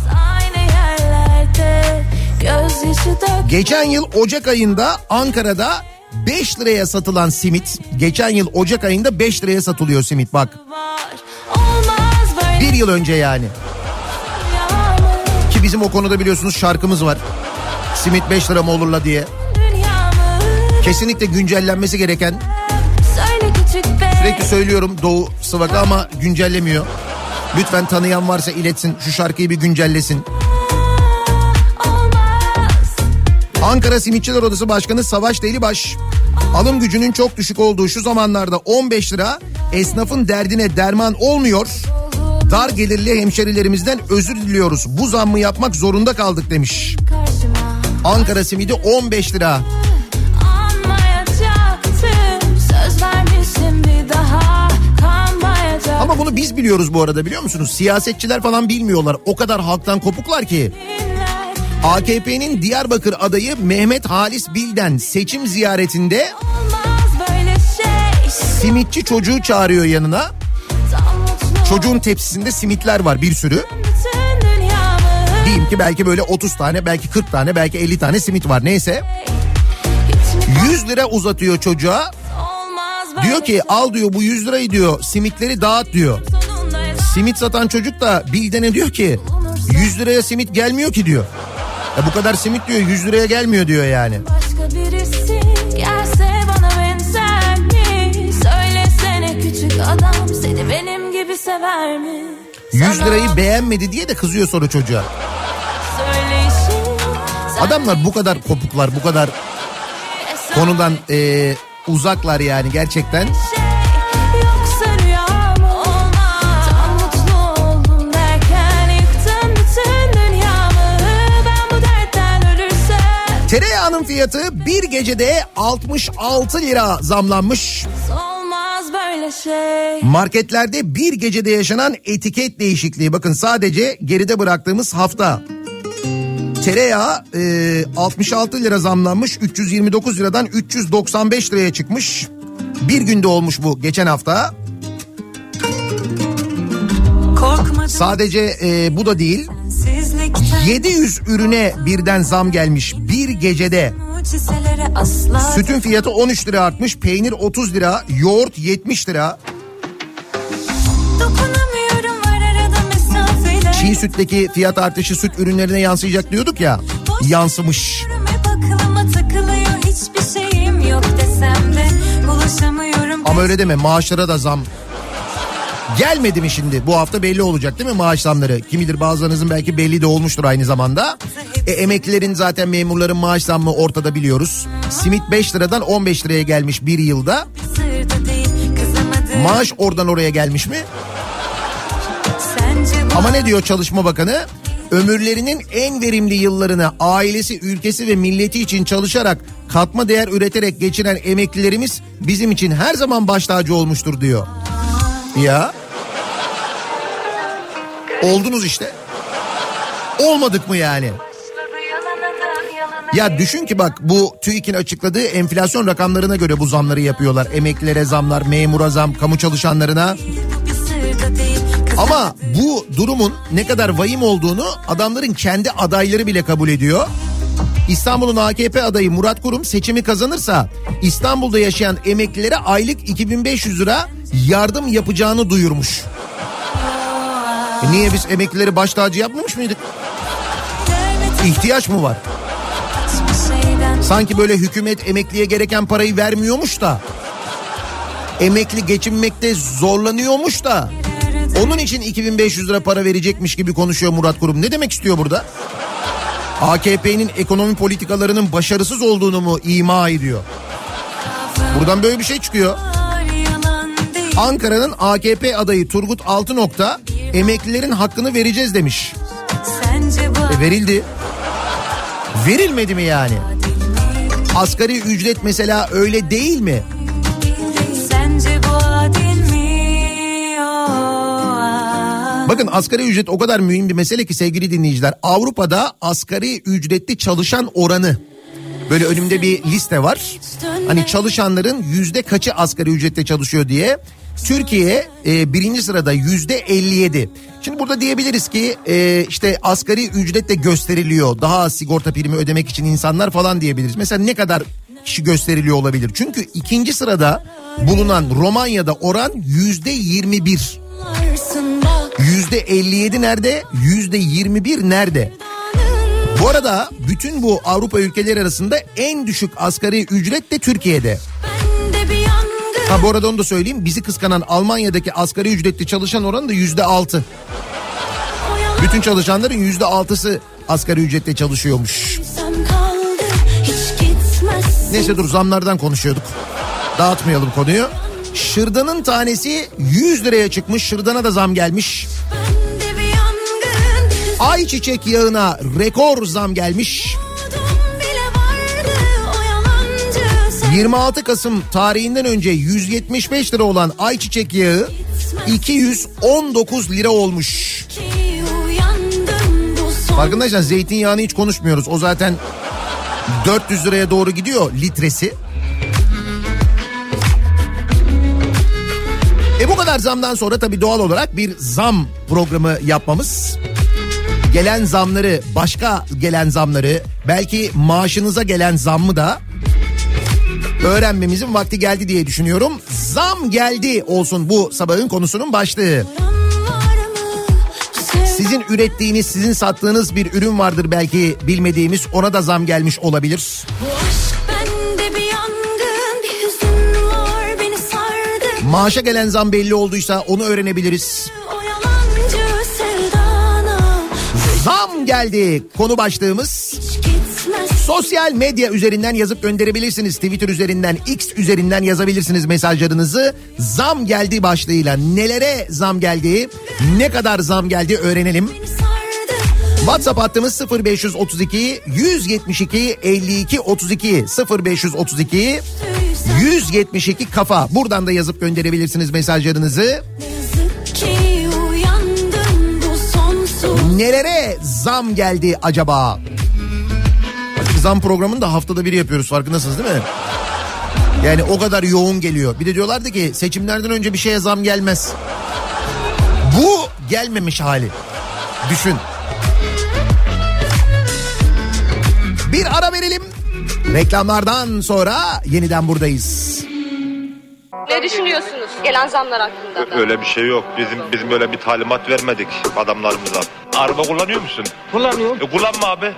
Geçen yıl Ocak ayında Ankara'da 5 liraya satılan simit, geçen yıl Ocak ayında 5 liraya satılıyor simit bak. Bir yıl önce yani. Ki bizim o konuda biliyorsunuz şarkımız var. Simit 5 lira mı olurla diye. Kesinlikle güncellenmesi gereken. Sürekli söylüyorum Doğu Sıvaka ama güncellemiyor. Lütfen tanıyan varsa iletsin, şu şarkıyı bir güncellesin. Ankara Simitçiler Odası Başkanı Savaş Delibaş, alım gücünün çok düşük olduğu şu zamanlarda 15 lira esnafın derdine derman olmuyor. Dar gelirli hemşerilerimizden özür diliyoruz. Bu zammı yapmak zorunda kaldık demiş. Ankara simidi 15 lira. Ama bunu biz biliyoruz bu arada, biliyor musunuz? Siyasetçiler falan bilmiyorlar. O kadar halktan kopuklar ki. AKP'nin Diyarbakır adayı Mehmet Halis Bilden seçim ziyaretinde simitçi çocuğu çağırıyor yanına. Çocuğun tepsisinde simitler var, bir sürü. Diyeyim ki belki böyle 30 tane, belki 40 tane, belki 50 tane simit var, neyse. 100 lira uzatıyor çocuğa. Diyor ki al diyor bu 100 lirayı diyor simitleri dağıt diyor. Simit satan çocuk da Bilden'e diyor ki 100 liraya simit gelmiyor ki diyor. Ya bu kadar simit diyor 100 liraya gelmiyor diyor yani. Başka birisi gelse bana benzer mi? Söylesene küçük adam seni benim gibi sever mi? 100 lirayı beğenmedi diye de kızıyor sonra çocuğa. Adamlar bu kadar kopuklar, bu kadar konudan uzaklar yani gerçekten. Tereyağının fiyatı bir gecede 66 lira zamlanmış. Marketlerde bir gecede yaşanan etiket değişikliği. Bakın sadece geride bıraktığımız hafta. Tereyağı 66 lira zamlanmış. 329 liradan 395 liraya çıkmış. Bir günde olmuş bu, geçen hafta. Sadece bu da değil. 700 ürüne birden zam gelmiş bir gecede. Sütün fiyatı 13 lira artmış. Peynir 30 lira. Yoğurt 70 lira. Çiğ sütteki fiyat artışı süt ürünlerine yansıyacak diyorduk ya. Yansımış. Ama öyle deme, maaşlara da zam gelmedi mi şimdi? Bu hafta belli olacak değil mi maaş zamları? Kim bilir, bazılarınızın belki belli de olmuştur aynı zamanda. Emeklilerin, zaten memurların maaş zammı ortada, biliyoruz. Simit 5 liradan 15 liraya gelmiş bir yılda. Maaş oradan oraya gelmiş mi? Ama ne diyor Çalışma Bakanı? Ömürlerinin en verimli yıllarını ailesi, ülkesi ve milleti için çalışarak, katma değer üreterek geçiren emeklilerimiz bizim için her zaman baş tacı olmuştur diyor. Ya. Oldunuz işte. Olmadık mı yani? Ya düşün ki bak, bu TÜİK'in açıkladığı enflasyon rakamlarına göre bu zamları yapıyorlar. Emeklilere zamlar, memura zam, kamu çalışanlarına. Ama bu durumun ne kadar vahim olduğunu adamların kendi adayları bile kabul ediyor. İstanbul'un AKP adayı Murat Kurum seçimi kazanırsa İstanbul'da yaşayan emeklilere aylık 2500 lira yardım yapacağını duyurmuş. Niye biz emeklileri baş tacı yapmamış mıydık? İhtiyaç mı var? Sanki böyle hükümet emekliye gereken parayı vermiyormuş da, emekli geçinmekte zorlanıyormuş da onun için 2500 lira para verecekmiş gibi konuşuyor Murat Kurum. Ne demek istiyor burada? AKP'nin ekonomi politikalarının başarısız olduğunu mu ima ediyor? Buradan böyle bir şey çıkıyor. Ankara'nın AKP adayı Turgut Altınok'ta emeklilerin hakkını vereceğiz demiş. Verildi. Verilmedi mi yani? Asgari ücret mesela öyle değil mi? Bakın asgari ücret o kadar mühim bir mesele ki sevgili dinleyiciler. Avrupa'da asgari ücretli çalışan oranı, böyle önümde bir liste var. Hani çalışanların yüzde kaçı asgari ücretle çalışıyor diye. Türkiye birinci sırada %57. Şimdi burada diyebiliriz ki işte asgari ücretle gösteriliyor, daha az sigorta primi ödemek için insanlar falan diyebiliriz. Mesela ne kadar kişi gösteriliyor olabilir? Çünkü ikinci sırada bulunan Romanya'da oran %21. %57 nerede? %21 nerede? Bu arada bütün bu Avrupa ülkeleri arasında en düşük asgari ücret de Türkiye'de. Ha bu arada onu da söyleyeyim. Bizi kıskanan Almanya'daki asgari ücretli çalışan oranı da %6. Bütün çalışanların %6'sı asgari ücretle çalışıyormuş. Neyse dur, zamlardan konuşuyorduk. Dağıtmayalım konuyu. Şırdanın tanesi 100 liraya çıkmış. Şırdana da zam gelmiş. Ayçiçek yağına rekor zam gelmiş. 26 Kasım tarihinden önce 175 lira olan ayçiçek yağı 219 lira olmuş. Farkındaysan zeytinyağını hiç konuşmuyoruz. O zaten 400 liraya doğru gidiyor litresi. Bu kadar zamdan sonra tabii doğal olarak bir zam programı yapmamız. Gelen zamları, başka gelen zamları, belki maaşınıza gelen zammı da öğrenmemizin vakti geldi diye düşünüyorum. Zam geldi olsun bu sabahın konusunun başlığı. Sizin ürettiğiniz, sizin sattığınız bir ürün vardır belki bilmediğimiz, ona da zam gelmiş olabilir. Maaşa gelen zam belli olduysa onu öğrenebiliriz. Zam geldi konu başlığımız. Sosyal medya üzerinden yazıp gönderebilirsiniz. Twitter üzerinden, X üzerinden yazabilirsiniz mesajlarınızı. Zam geldi başlığıyla nelere zam geldi, ne kadar zam geldi öğrenelim. WhatsApp hattımız 0532 172 52 32 0532 172 kafa. Buradan da yazıp gönderebilirsiniz mesajlarınızı. Nelere zam geldi acaba? Zam programını da haftada bir yapıyoruz, farkındasınız değil mi? Yani o kadar yoğun geliyor. Bir de diyorlardı ki seçimlerden önce bir şeye zam gelmez. Bu gelmemiş hali. Düşün. Bir ara verelim. Reklamlardan sonra yeniden buradayız. Ne düşünüyorsunuz gelen zamlar hakkında? Öyle bir şey yok. Bizim böyle bir talimat vermedik adamlarımıza. Araba kullanıyor musun? Kullanıyorum. Kullanma abi.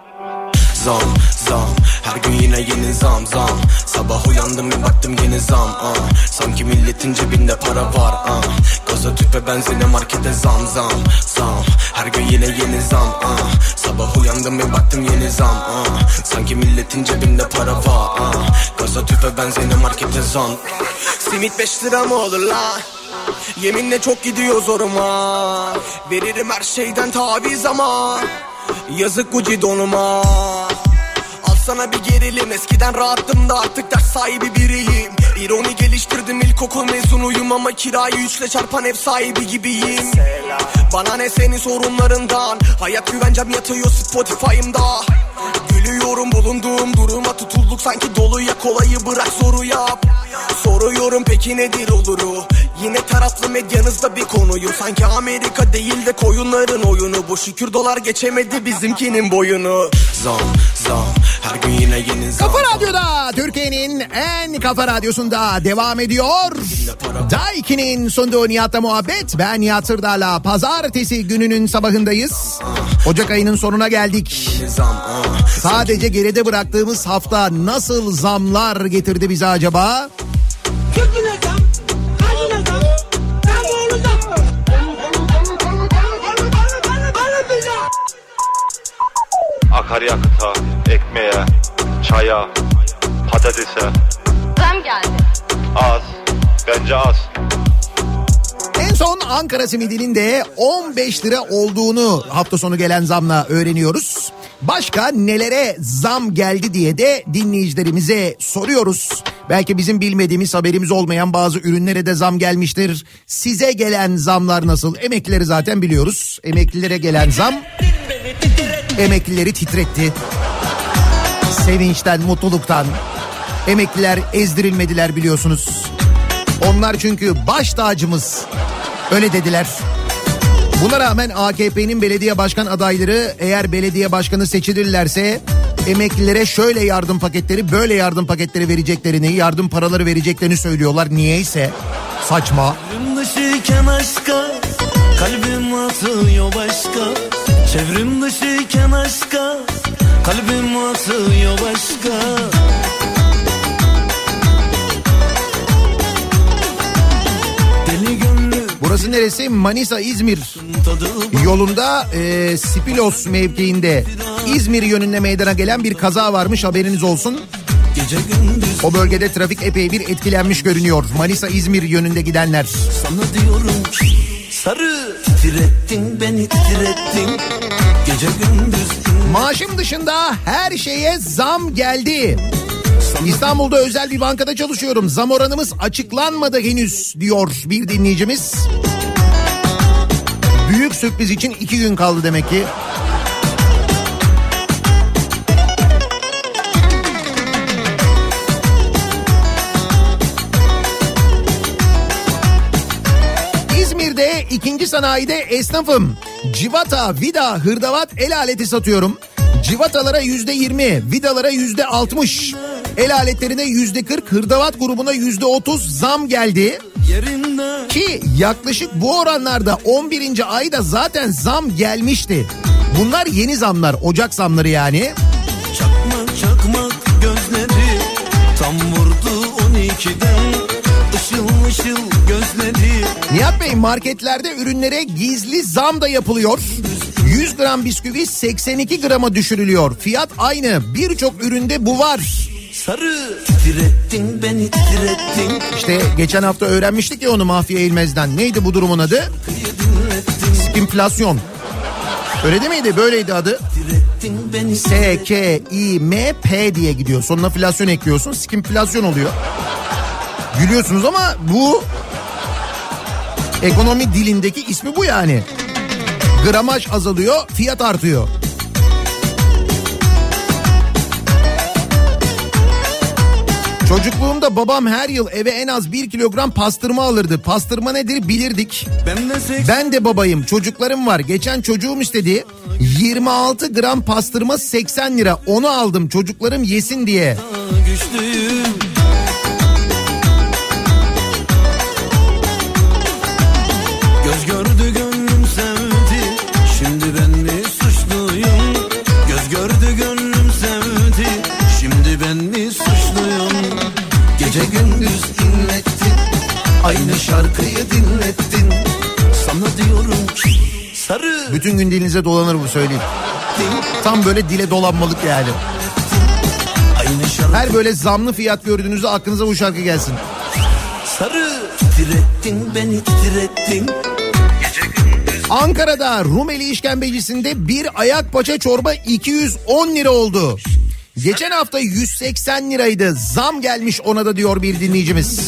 Zam her gün yine yeni zam. Sabah uyandım bir baktım yeni zam. Sanki milletin cebinde para var. Gaza tüpe benzine markete zam. Her gün yine yeni zam. Sabah uyandım bir baktım yeni zam. Sanki milletin cebinde para var. Gaza tüpe benzine markete zam. Simit 5 lira mı olur la? Yeminle çok gidiyor zoruma. Veririm her şeyden taviz ama yazık Gucci donuma. Alsana bir gerilim, eskiden rahattım da artık ders sahibi biriyim. İroni geliştirdim, ilkokul mezunuyum ama kirayı 3'le çarpan ev sahibi gibiyim. Bana ne senin sorunlarından, hayat güvencem yatıyor Spotify'ımda. Gülüyorum bulunduğum duruma, tutulduk sanki doluya, kolayı bırak zoru yap. Soruyorum peki nedir oluru? Yine taraflı medyanızda bir konuyu. Sanki Amerika değil de koyunların oyunu. Bu şükür dolar geçemedi bizimkinin boyunu. Zam her gün yine yeni zam. Kafa Radyo'da, Türkiye'nin en kafa radyosunda devam ediyor. Daiki'nin sunduğu Nihat'la muhabbet. Ben Nihat Sırdar'la pazartesi gününün sabahındayız. Ocak ayının sonuna geldik. Sadece geride bıraktığımız hafta nasıl zamlar getirdi bize acaba? Akaryakıta, ekmeğe, çaya, patatese. Zam geldi. Az. Bence az. En son Ankara simidinin de 15 lira olduğunu hafta sonu gelen zamla öğreniyoruz. Başka nelere zam geldi diye de dinleyicilerimize soruyoruz. Belki bizim bilmediğimiz, haberimiz olmayan bazı ürünlere de zam gelmiştir. Size gelen zamlar nasıl? Emeklileri zaten biliyoruz. Emeklilere gelen zam emeklileri titretti. Sevinçten, mutluluktan. Emekliler ezdirilmediler biliyorsunuz. Onlar çünkü baş tacımız. Öyle dediler. Buna rağmen AKP'nin belediye başkan adayları eğer belediye başkanı seçilirlerse emeklilere şöyle yardım paketleri, böyle yardım paketleri vereceklerini, yardım paraları vereceklerini söylüyorlar. Niyeyse saçma. Taşırken aşka Kalbim atıyor başka, çevrim dışıyken aşka. Kalbim atıyor başka. Burası neresi? Manisa İzmir yolunda Spilos mevkiinde İzmir yönünde meydana gelen bir kaza varmış, haberiniz olsun. O bölgede trafik epey bir etkilenmiş görünüyor. Manisa İzmir yönünde gidenler. Sana diyorum ki sarı titrettin beni titrettin. Gece gündüz. Maaşım dışında her şeye zam geldi. İstanbul'da özel bir bankada çalışıyorum. Zam oranımız açıklanmadı henüz diyor bir dinleyicimiz. Büyük sürpriz için 2 gün kaldı demek ki. İzmir'de 2. sanayide esnafım. Civata, vida, hırdavat, el aleti satıyorum. Civatalara %20, vidalara %60, el aletlerine %40, hırdavat grubuna %30 zam geldi. Ki yaklaşık bu oranlarda 11. ayda zaten zam gelmişti. Bunlar yeni zamlar, Ocak zamları yani. Çakmak çakmak gözleri tam vurdu 12'den. Işıl ışıl gözleri. Nihat Bey, marketlerde ürünlere gizli zam da yapılıyor. 100 gram bisküvi 82 grama düşürülüyor. Fiyat aynı. Birçok üründe bu var. Sarı titrettin beni titrettin. İşte geçen hafta öğrenmiştik ya onu Mahfiye İlmez'den. Neydi bu durumun adı? Skimflasyon. Öyle değil miydi? Böyleydi adı. S-K-I-M-P diye gidiyor. Sonuna flasyon ekliyorsun. Skimflasyon oluyor. Gülüyorsunuz ama bu ekonomi dilindeki ismi bu yani. Gramaj azalıyor, fiyat artıyor. Çocukluğumda babam her yıl eve en az 1 kilogram pastırma alırdı. Pastırma nedir bilirdik. Ben de babayım, çocuklarım var. Geçen çocuğum istedi. 26 gram pastırma 80 lira. Onu aldım çocuklarım yesin diye. Güçlüyüm. Göz gördü gönlüm sevdi. Şimdi ben mi suçluyum? Göz gördü gönlüm sevdi. Şimdi ben mi suçluyum? Gece gündüz inlettin. Aynı şarkıyı dinlettin. Sana diyorum ki sarı. Bütün gün dilinize dolanır bu, söyleyeyim. Tam böyle dile dolanmalık yani. Her böyle zamlı fiyat gördüğünüzde aklınıza bu şarkı gelsin. Sarı titrettin beni titrettin. Ankara'da Rumeli işkembecisinde bir ayak paça çorba 210 lira oldu. Geçen hafta 180 liraydı. Zam gelmiş ona da diyor bir dinleyicimiz.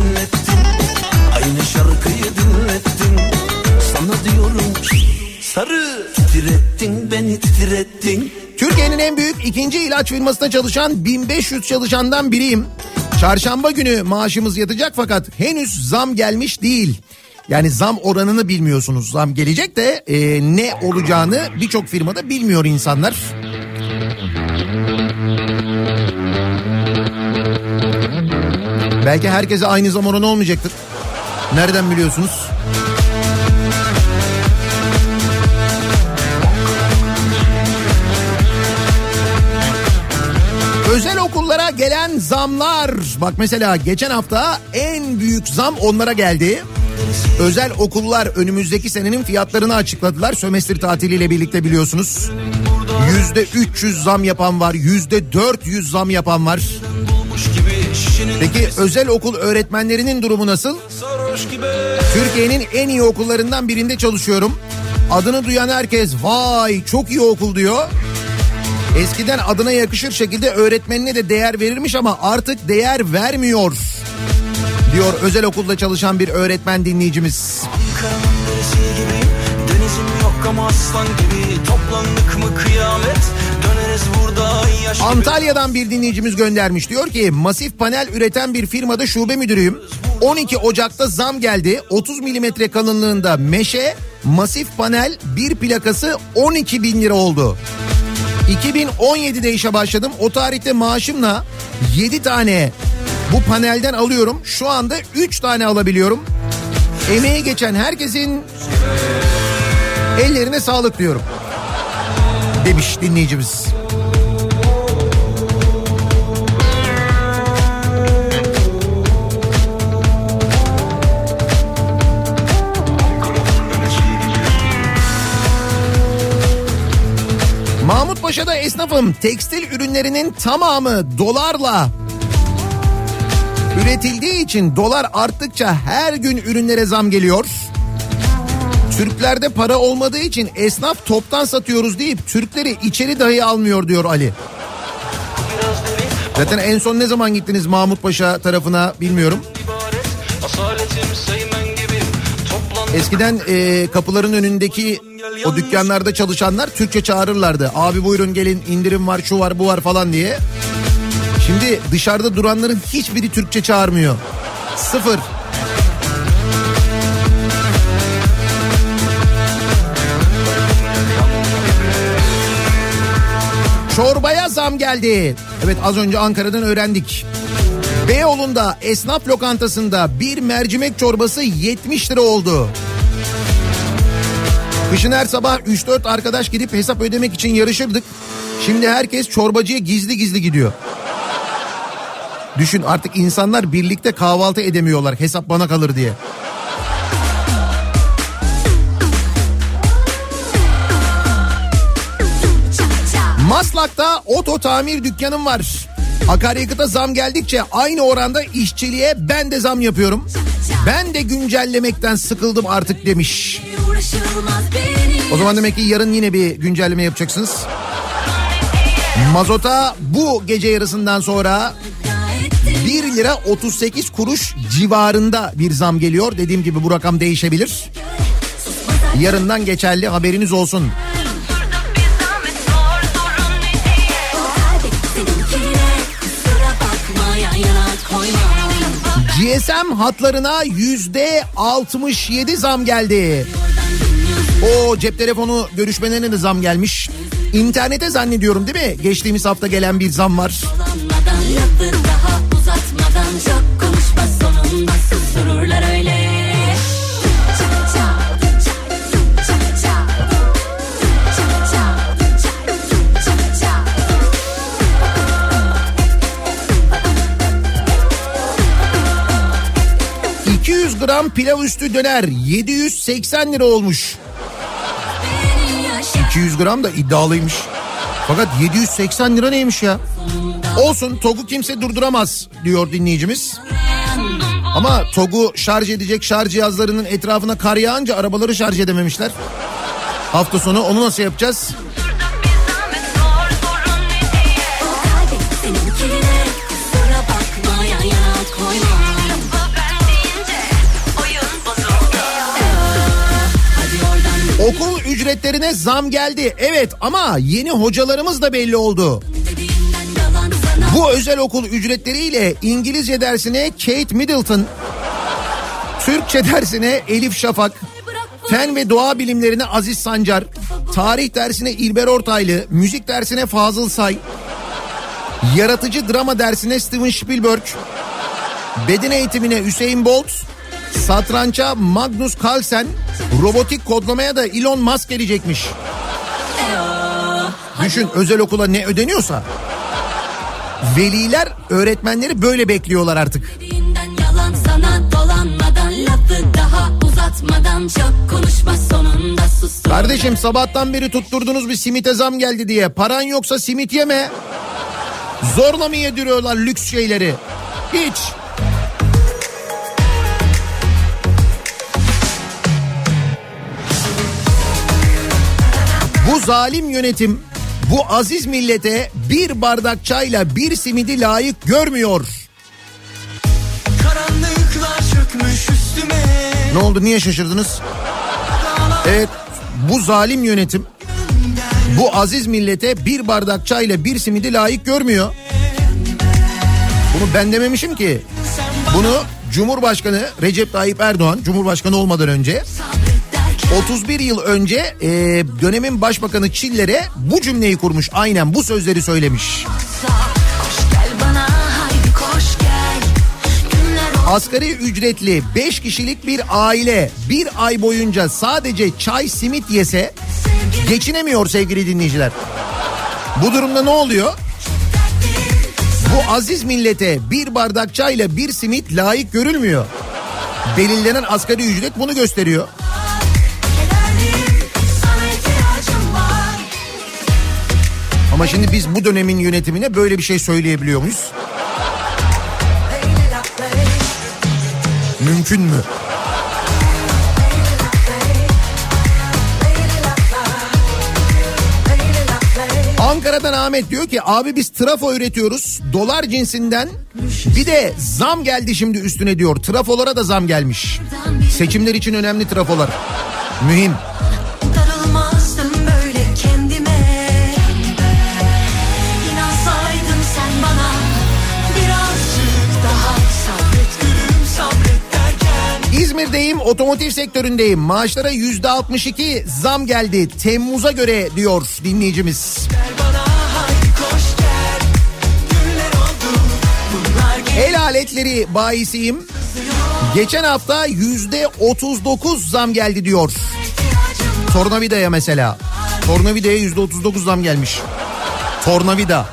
Aynı şarkıyı dinlettin. Sana diyorum ki sarı titrettin beni titrettin. Türkiye'nin en büyük ikinci ilaç firmasında çalışan 1500 çalışandan biriyim. Çarşamba günü maaşımız yatacak fakat henüz zam gelmiş değil. Yani zam oranını bilmiyorsunuz. Zam gelecek de ne olacağını birçok firmada bilmiyor insanlar. Belki herkese aynı zam oranı olmayacaktır. Nereden biliyorsunuz? Özel okullara gelen zamlar. Bak mesela geçen hafta en büyük zam onlara geldi. Özel okullar önümüzdeki senenin fiyatlarını açıkladılar. Sömestr tatiliyle birlikte biliyorsunuz. %300 zam yapan var, %400 zam yapan var. Peki özel okul öğretmenlerinin durumu nasıl? Türkiye'nin en iyi okullarından birinde çalışıyorum. Adını duyan herkes vay çok iyi okul diyor. Eskiden adına yakışır şekilde öğretmenine de değer verirmiş ama artık değer vermiyor diyor özel okulda çalışan bir öğretmen dinleyicimiz. Denizim yok ama aslan gibi toplandık mı kıyamet döneriz burada. Antalya'dan bir dinleyicimiz göndermiş, diyor ki masif panel üreten bir firmada şube müdürüyüm. 12 Ocak'ta zam geldi. 30 milimetre kalınlığında meşe masif panel bir plakası 12 bin lira oldu. 2017'de işe başladım. O tarihte maaşımla 7 tane bu panelden alıyorum. Şu anda 3 tane alabiliyorum. Emeği geçen herkesin Ellerine sağlık diyorum demiş dinleyicimiz. Mahmutpaşa'da esnafım, tekstil ürünlerinin tamamı dolarla üretildiği için dolar arttıkça her gün ürünlere zam geliyor. Türklerde para olmadığı için esnaf toptan satıyoruz deyip Türkleri içeri dahi almıyor diyor Ali. Zaten en son ne zaman gittiniz Mahmutpaşa tarafına bilmiyorum. Eskiden kapıların önündeki o dükkanlarda çalışanlar Türkçe çağırırlardı. Abi buyurun gelin, indirim var, şu var, bu var falan diye. Şimdi dışarıda duranların hiçbiri Türkçe çağırmıyor. Sıfır. Çorbaya zam geldi. Evet, az önce Ankara'dan öğrendik. Beyoğlu'nda esnaf lokantasında bir mercimek çorbası 70 lira oldu. Kışın her sabah 3-4 arkadaş gidip hesap ödemek için yarışırdık. Şimdi herkes çorbacıya gizli gizli gidiyor. Düşün, artık insanlar birlikte kahvaltı edemiyorlar hesap bana kalır diye. Maslak'ta oto tamir dükkanım var. Akaryakıta zam geldikçe aynı oranda işçiliğe ben de zam yapıyorum. Ben de güncellemekten sıkıldım artık demiş. O zaman demek ki yarın yine bir güncelleme yapacaksınız. Mazota bu gece yarısından sonra 1 lira 38 kuruş civarında bir zam geliyor. Dediğim gibi bu rakam değişebilir. Yarından geçerli, haberiniz olsun. GSM hatlarına %67 zam geldi. O cep telefonu görüşmelerine de zam gelmiş. İnternete zannediyorum değil mi? Geçtiğimiz hafta gelen bir zam var. Gram pilav üstü döner 780 lira olmuş. 200 gram da iddialıymış. Fakat 780 lira neymiş ya? Olsun, TOG'u kimse durduramaz diyor dinleyicimiz. Ama TOG'u şarj edecek şarj cihazlarının etrafına kar yağınca arabaları şarj edememişler. Hafta sonu onu nasıl yapacağız? Okul ücretlerine zam geldi. Evet, ama yeni hocalarımız da belli oldu. Bu özel okul ücretleriyle İngilizce dersine Kate Middleton, Türkçe dersine Elif Şafak, fen ve doğa bilimlerine Aziz Sancar, tarih dersine İlber Ortaylı, müzik dersine Fazıl Say, yaratıcı drama dersine Steven Spielberg, beden eğitimine Usain Bolt, satrança Magnus Carlsen, robotik kodlamaya da Elon Musk gelecekmiş. Düşün, özel okula ne ödeniyorsa. Veliler öğretmenleri böyle bekliyorlar artık. Yalan sana dolanmadan, lafı daha uzatmadan, çok konuşma sonunda sus. Kardeşim, sabahtan beri tutturdunuz bir simite zam geldi diye. Paran yoksa simit yeme. Zorla mı yediriyorlar lüks şeyleri? Hiç. Bu zalim yönetim bu aziz millete bir bardak çayla bir simidi layık görmüyor. Ne oldu, niye şaşırdınız? Evet, bu zalim yönetim bu aziz millete bir bardak çayla bir simidi layık görmüyor. Bunu ben dememişim ki. Bunu Cumhurbaşkanı Recep Tayyip Erdoğan, Cumhurbaşkanı olmadan önce 31 yıl önce dönemin başbakanı Çiller'e bu cümleyi kurmuş. Aynen bu sözleri söylemiş. Asgari ücretli 5 kişilik bir aile bir ay boyunca sadece çay simit yese geçinemiyor sevgili dinleyiciler. Bu durumda ne oluyor? Bu aziz millete bir bardak çayla bir simit layık görülmüyor. Belirlenen asgari ücret bunu gösteriyor. Ama şimdi biz bu dönemin yönetimine böyle bir şey söyleyebiliyor muyuz? Mümkün mü? Ankara'dan Ahmet diyor ki abi biz trafo üretiyoruz. Dolar cinsinden bir de zam geldi şimdi üstüne diyor. Trafolara da zam gelmiş. Seçimler için önemli trafolar. Mühim. İzmir'deyim, otomotiv sektöründeyim. Maaşlara %62 zam geldi Temmuz'a göre diyor dinleyicimiz. El aletleri bayisiyim. Geçen hafta %39 zam geldi diyor. Tornavidaya mesela. Tornavidaya %39 zam gelmiş. Tornavida.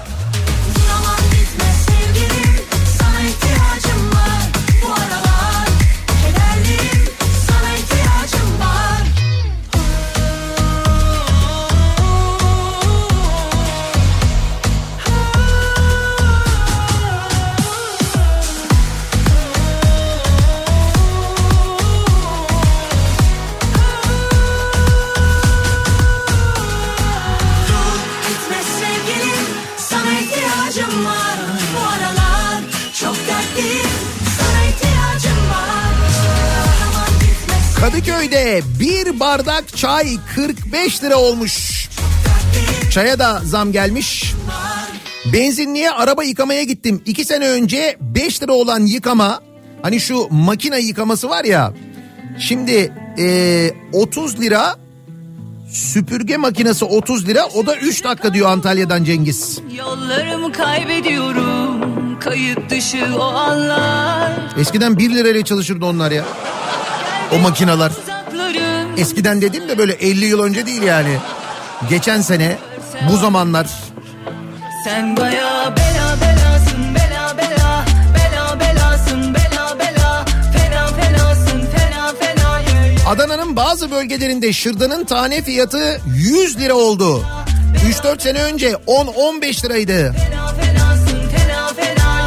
Kadıköy'de bir bardak çay 45 lira olmuş. Çaya da zam gelmiş. Benzinliğe araba yıkamaya gittim. 2 sene önce 5 lira olan yıkama, hani şu makine yıkaması var ya. Şimdi 30 lira, süpürge makinesi 30 lira, o da 3 dakika diyor Antalya'dan Cengiz. Yollarımı kaybediyorum, kayıt dışı o anlar. Eskiden 1 lirayla çalışırdı onlar ya. O makineler. Eskiden dediğim de böyle 50 yıl önce değil yani. Geçen sene bu zamanlar. Sen bayağı bela belasın, bela bela, bela belasın, bela bela, fena fenasın, fena fena. Adana'nın bazı bölgelerinde şırdanın tane fiyatı 100 lira oldu. 3-4 sene önce 10-15 liraydı. Fena fenasın, fena fena.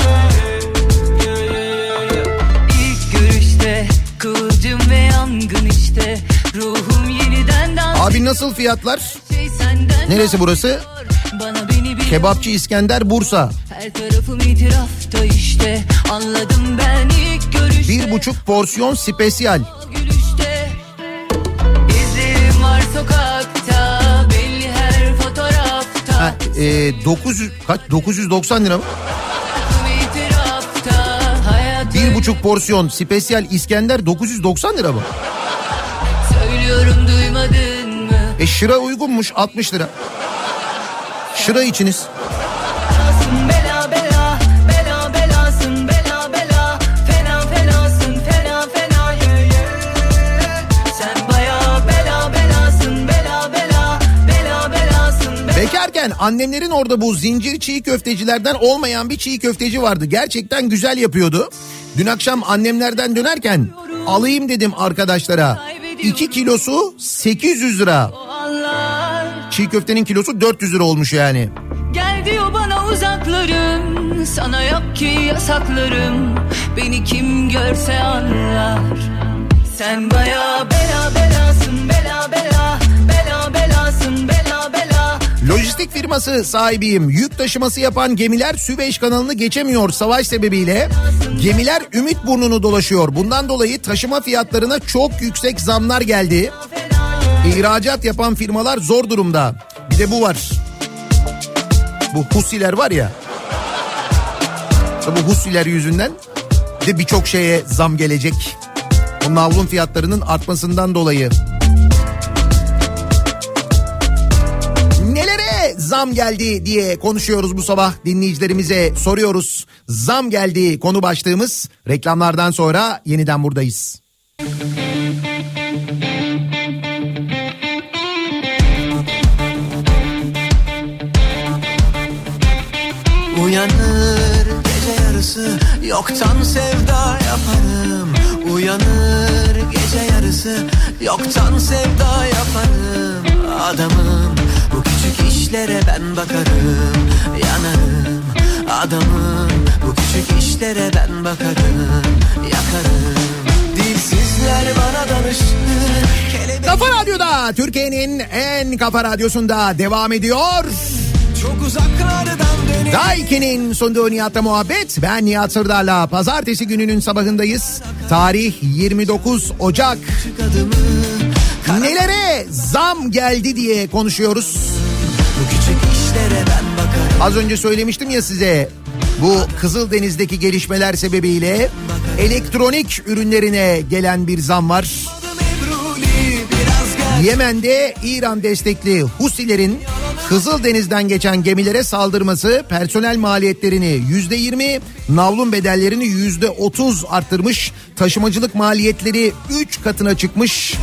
İlk görüşte kıvılcım ve yangın işte, ruhum yeniden dans. Abi nasıl fiyatlar? Neresi burası? Kebapçı İskender, Bursa. Her tarafım itirafta işte, anladım ben ilk görüşte. 1,5 porsiyon spesyal. Gülüşte, izlerim var sokakta, belli her fotoğrafta. 990 lira mı? 1,5 porsiyon spesyal İskender 990 lira mı? Söylüyorum duymadın mı? Şıra uygunmuş 60 lira. Şıra içiniz. Bela bela, bela belasın, bela bela, fena fenasın, fena fena. Sen bayağı bela belasın, bela bela, bela belasın. Bekarken annemlerin orada bu zincir çiğ köftecilerden olmayan bir çiğ köfteci vardı. Gerçekten güzel yapıyordu. Dün akşam annemlerden dönerken alayım dedim arkadaşlara. 2 kilosu 800 lira. Çiğ köftenin kilosu 400 lira olmuş yani. Gel diyor bana uzaklarım, sana yok ki yasaklarım. Beni kim görse anlar. Sen bayağı bela belasın, bela bela, bela belasın, bela bela. Lojistik firması sahibiyim. Yük taşıması yapan gemiler Süveyş kanalını geçemiyor savaş sebebiyle. Gemiler Ümitburnu'nu dolaşıyor. Bundan dolayı taşıma fiyatlarına çok yüksek zamlar geldi. İhracat yapan firmalar zor durumda. Bir de bu var. Bu Husiler var ya. Bu Husiler yüzünden de birçok şeye zam gelecek. O navlun fiyatlarının artmasından dolayı. Nelere zam geldi diye konuşuyoruz bu sabah, dinleyicilerimize soruyoruz. Zam geldi konu başlığımız. Reklamlardan sonra yeniden buradayız. Uyanır gece yarısı, yoktan sevda yaparım. Uyanır gece yarısı, yoktan sevda yaparım. Adamım, bu küçük işlere ben bakarım, yanarım. Adamım, bu küçük işlere ben bakarım, yakarım. Dilsizler bana danışır. Kafa Radyo'da, Türkiye'nin en kafa radyosunda devam ediyor. Çok uzaklardan dönüyor. Daiki'nin sunduğu Nihat'la muhabbet. Ben Nihat Sırdar'la pazartesi gününün sabahındayız. Tarih 29 Ocak. Nelere zam geldi diye konuşuyoruz. Az önce söylemiştim ya size, bu Kızıldeniz'deki gelişmeler sebebiyle elektronik ürünlerine gelen bir zam var. Yemen'de İran destekli Husilerin Kızıldeniz'den geçen gemilere saldırması personel maliyetlerini %20, navlun bedellerini %30 arttırmış. Taşımacılık maliyetleri 3 katına çıkmış.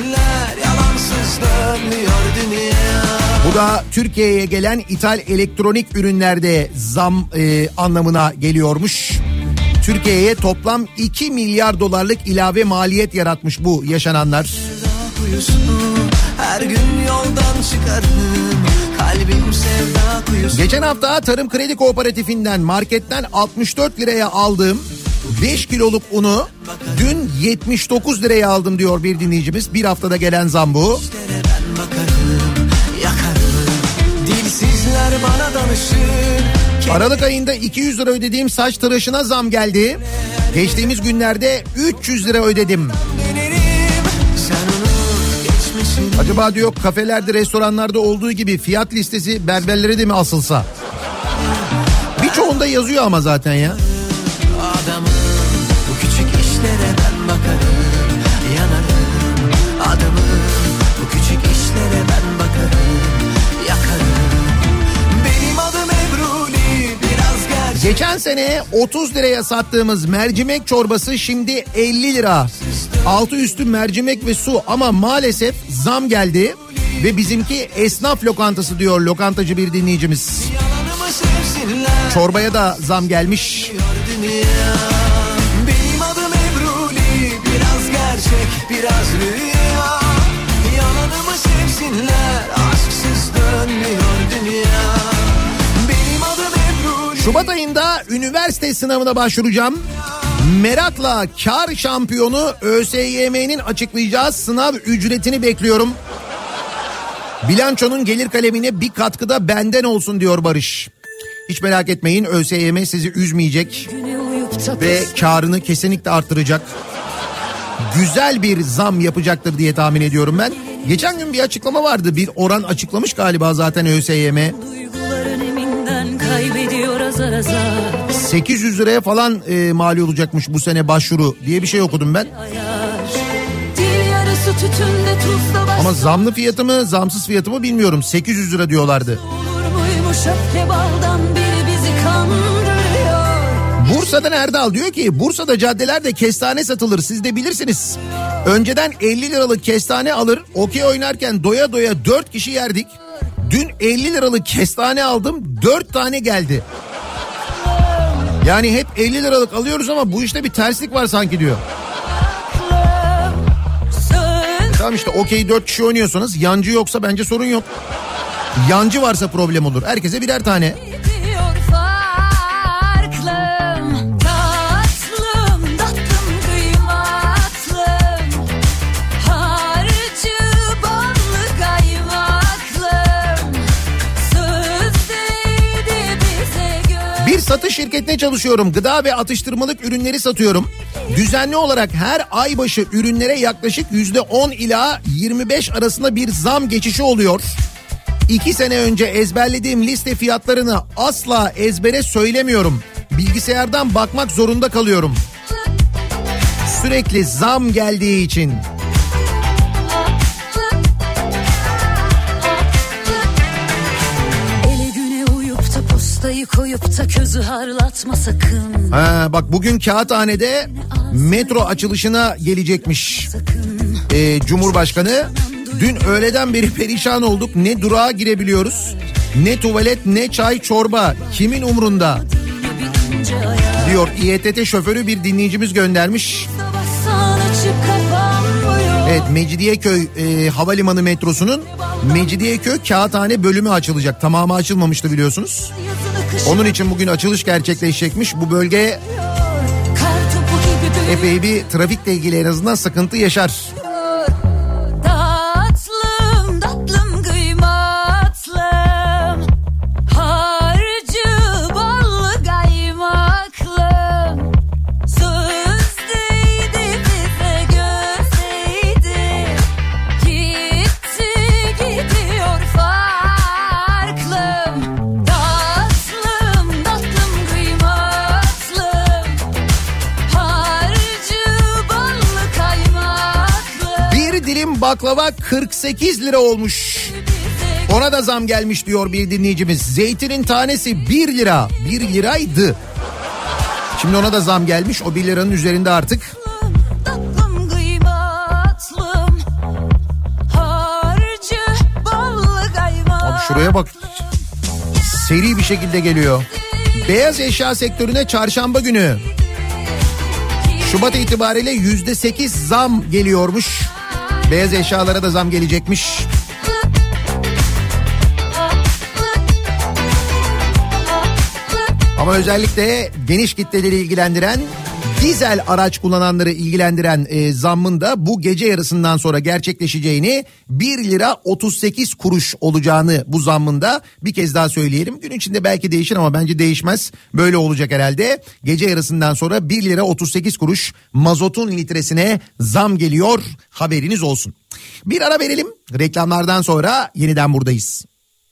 Bu da Türkiye'ye gelen ithal elektronik ürünlerde zam anlamına geliyormuş. Türkiye'ye toplam 2 milyar dolarlık ilave maliyet yaratmış bu yaşananlar. Her gün yoldan çıkarım, kalbim sevda kuyusu. Geçen hafta Tarım Kredi Kooperatifinden marketten 64 liraya aldığım 5 kiloluk unu dün 79 liraya aldım diyor bir dinleyicimiz. Bir haftada gelen zam bu. Ben bakarım, yakarım. Dilsizler bana danışır. Aralık ayında 200 lira ödediğim saç tıraşına zam geldi. Geçtiğimiz günlerde 300 lira ödedim. Acaba diyor kafelerde, restoranlarda olduğu gibi fiyat listesi berberlere de mi asılsa? Birçoğunda yazıyor ama zaten ya. Adamım, bu küçük işlere ben bakarım, yanarım. Adamım, bu küçük işlere ben bakarım, yakarım. Benim adım Ebruli, biraz gerçek. Geçen sene 30 liraya sattığımız mercimek çorbası şimdi 50 lira. Altı üstü mercimek ve su, ama maalesef zam geldi ve bizimki esnaf lokantası diyor lokantacı bir dinleyicimiz. Çorbaya da zam gelmiş. Benim adım Ebruli, biraz gerçek biraz rüya. Yalanımı sevsinler, aşksız dönmüyor dünya. Benim adım Ebruli. Şubat ayında üniversite sınavına başvuracağım. Merakla kar şampiyonu ÖSYM'nin açıklayacağı sınav ücretini bekliyorum. Bilançonun gelir kalemine bir katkıda benden olsun diyor Barış. Hiç merak etmeyin, ÖSYM sizi üzmeyecek ve karını kesinlikle arttıracak. Güzel bir zam yapacaktır diye tahmin ediyorum ben. Geçen gün bir açıklama vardı, bir oran açıklamış galiba zaten ÖSYM. 800 liraya falan mal olacakmış bu sene başvuru diye bir şey okudum ben. Ama zamlı fiyatı mı zamsız fiyatı mı bilmiyorum, 800 lira diyorlardı. Bursa'dan Erdal diyor ki Bursa'da caddelerde kestane satılır, siz de bilirsiniz. Önceden 50 liralık kestane alır, okey oynarken doya doya 4 kişi yerdik. Dün 50 liralık kestane aldım, 4 tane geldi. Yani hep 50 liralık alıyoruz ama bu işte bir terslik var sanki diyor. Tamam işte okey 4 kişi oynuyorsanız, yancı yoksa bence sorun yok. Yancı varsa problem olur. Herkese birer tane. Satış şirketine çalışıyorum. Gıda ve atıştırmalık ürünleri satıyorum. Düzenli olarak her ay başı ürünlere yaklaşık %10 ila 25 arasında bir zam geçişi oluyor. 2 sene önce ezberlediğim liste fiyatlarını asla ezbere söylemiyorum. Bilgisayardan bakmak zorunda kalıyorum. Sürekli zam geldiği için. Numarayı koyup da közü harlatma sakın. Ha, bak bugün Kağıthane'de metro açılışına gelecekmiş Cumhurbaşkanı. Dün öğleden beri perişan olduk. Ne durağa girebiliyoruz, ne tuvalet, ne çay, çorba. Kimin umrunda? Diyor İETT şoförü bir dinleyicimiz göndermiş. Evet, Mecidiyeköy havalimanı metrosunun Mecidiyeköy Kağıthane bölümü açılacak. Tamamı açılmamıştı biliyorsunuz. Onun için bugün açılış gerçekleşecekmiş. Bu bölge epey bir trafikle ilgili en azından sıkıntı yaşar. Tatlım tatlım kıymatlım, harcı ballı kaymaklım, söz değdi bize göz değdi, gitti gidiyor farklım. Tatlım tatlım kıymatlım, harcı ballı kaymaklım. Bir dilim baklava 48 lira olmuş. Ona da zam gelmiş diyor bir dinleyicimiz. Zeytinin tanesi 1 lira. 1 liraydı. Şimdi ona da zam gelmiş. O 1 liranın üzerinde artık. Tatlım kıymatlım, harcı ballı kaymak. Abi şuraya bak. Seri bir şekilde geliyor. Beyaz eşya sektörüne çarşamba günü Şubat itibariyle %8 zam geliyormuş. Beyaz eşyalara da zam gelecekmiş. Ama özellikle geniş kitleleri ilgilendiren, dizel araç kullananları ilgilendiren zammın da bu gece yarısından sonra gerçekleşeceğini, 1 lira 38 kuruş olacağını bu zammın da bir kez daha söyleyelim. Gün içinde belki değişir ama bence değişmez. Böyle olacak herhalde. Gece yarısından sonra 1 lira 38 kuruş mazotun litresine zam geliyor. Haberiniz olsun. Bir ara verelim. Reklamlardan sonra yeniden buradayız.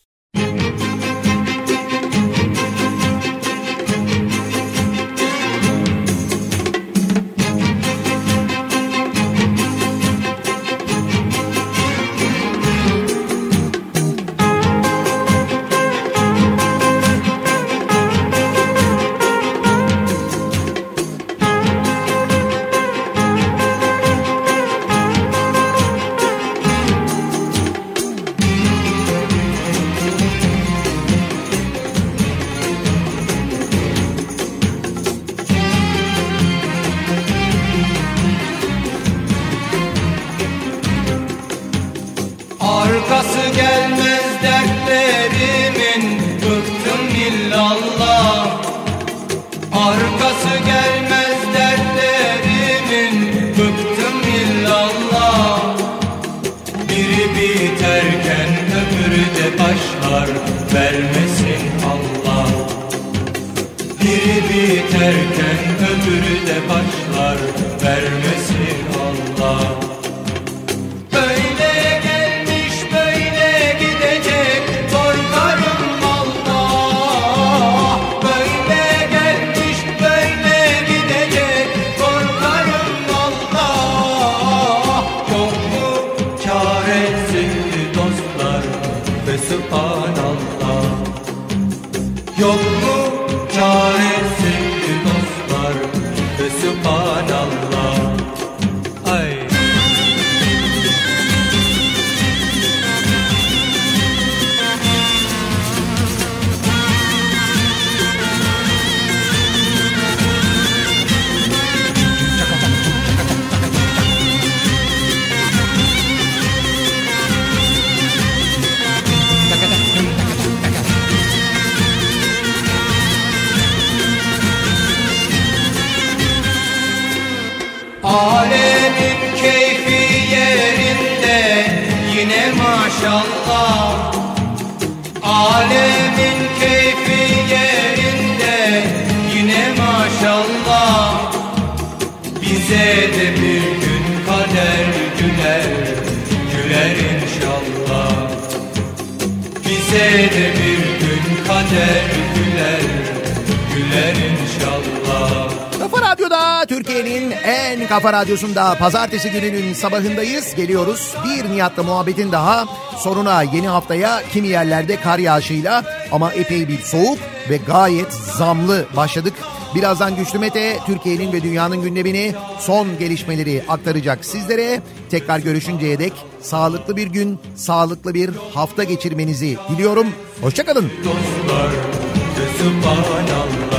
Arkası gelmez dertlerimin, bıktım illallah. Arkası gelmez dertlerimin, bıktım illallah. Biri biterken öbürü de başlar, vermesin Allah. Biri biterken öbürü de başlar, vermesin Allah. Yok mu çaresi dostlar ve Sübhanallah. Ay. Alemin keyfi yerinde yine maşallah. Alemin keyfi yerinde yine maşallah. Bize de bir gün kader güler, güler inşallah. Bize de bir gün kader güler, güler inşallah. Kafa Radyo'da, Türkiye'nin en kafa radyosunda pazartesi gününün sabahındayız. Geliyoruz bir Nihat'la muhabbetin daha sonuna, yeni haftaya kimi yerlerde kar yağışıyla ama epey bir soğuk ve gayet zamlı başladık. Birazdan Güçlü Mete Türkiye'nin ve dünyanın gündemini, son gelişmeleri aktaracak sizlere. Tekrar görüşünceye dek sağlıklı bir gün, sağlıklı bir hafta geçirmenizi diliyorum. Hoşça kalın. Dostlar, gözüm bağlandı.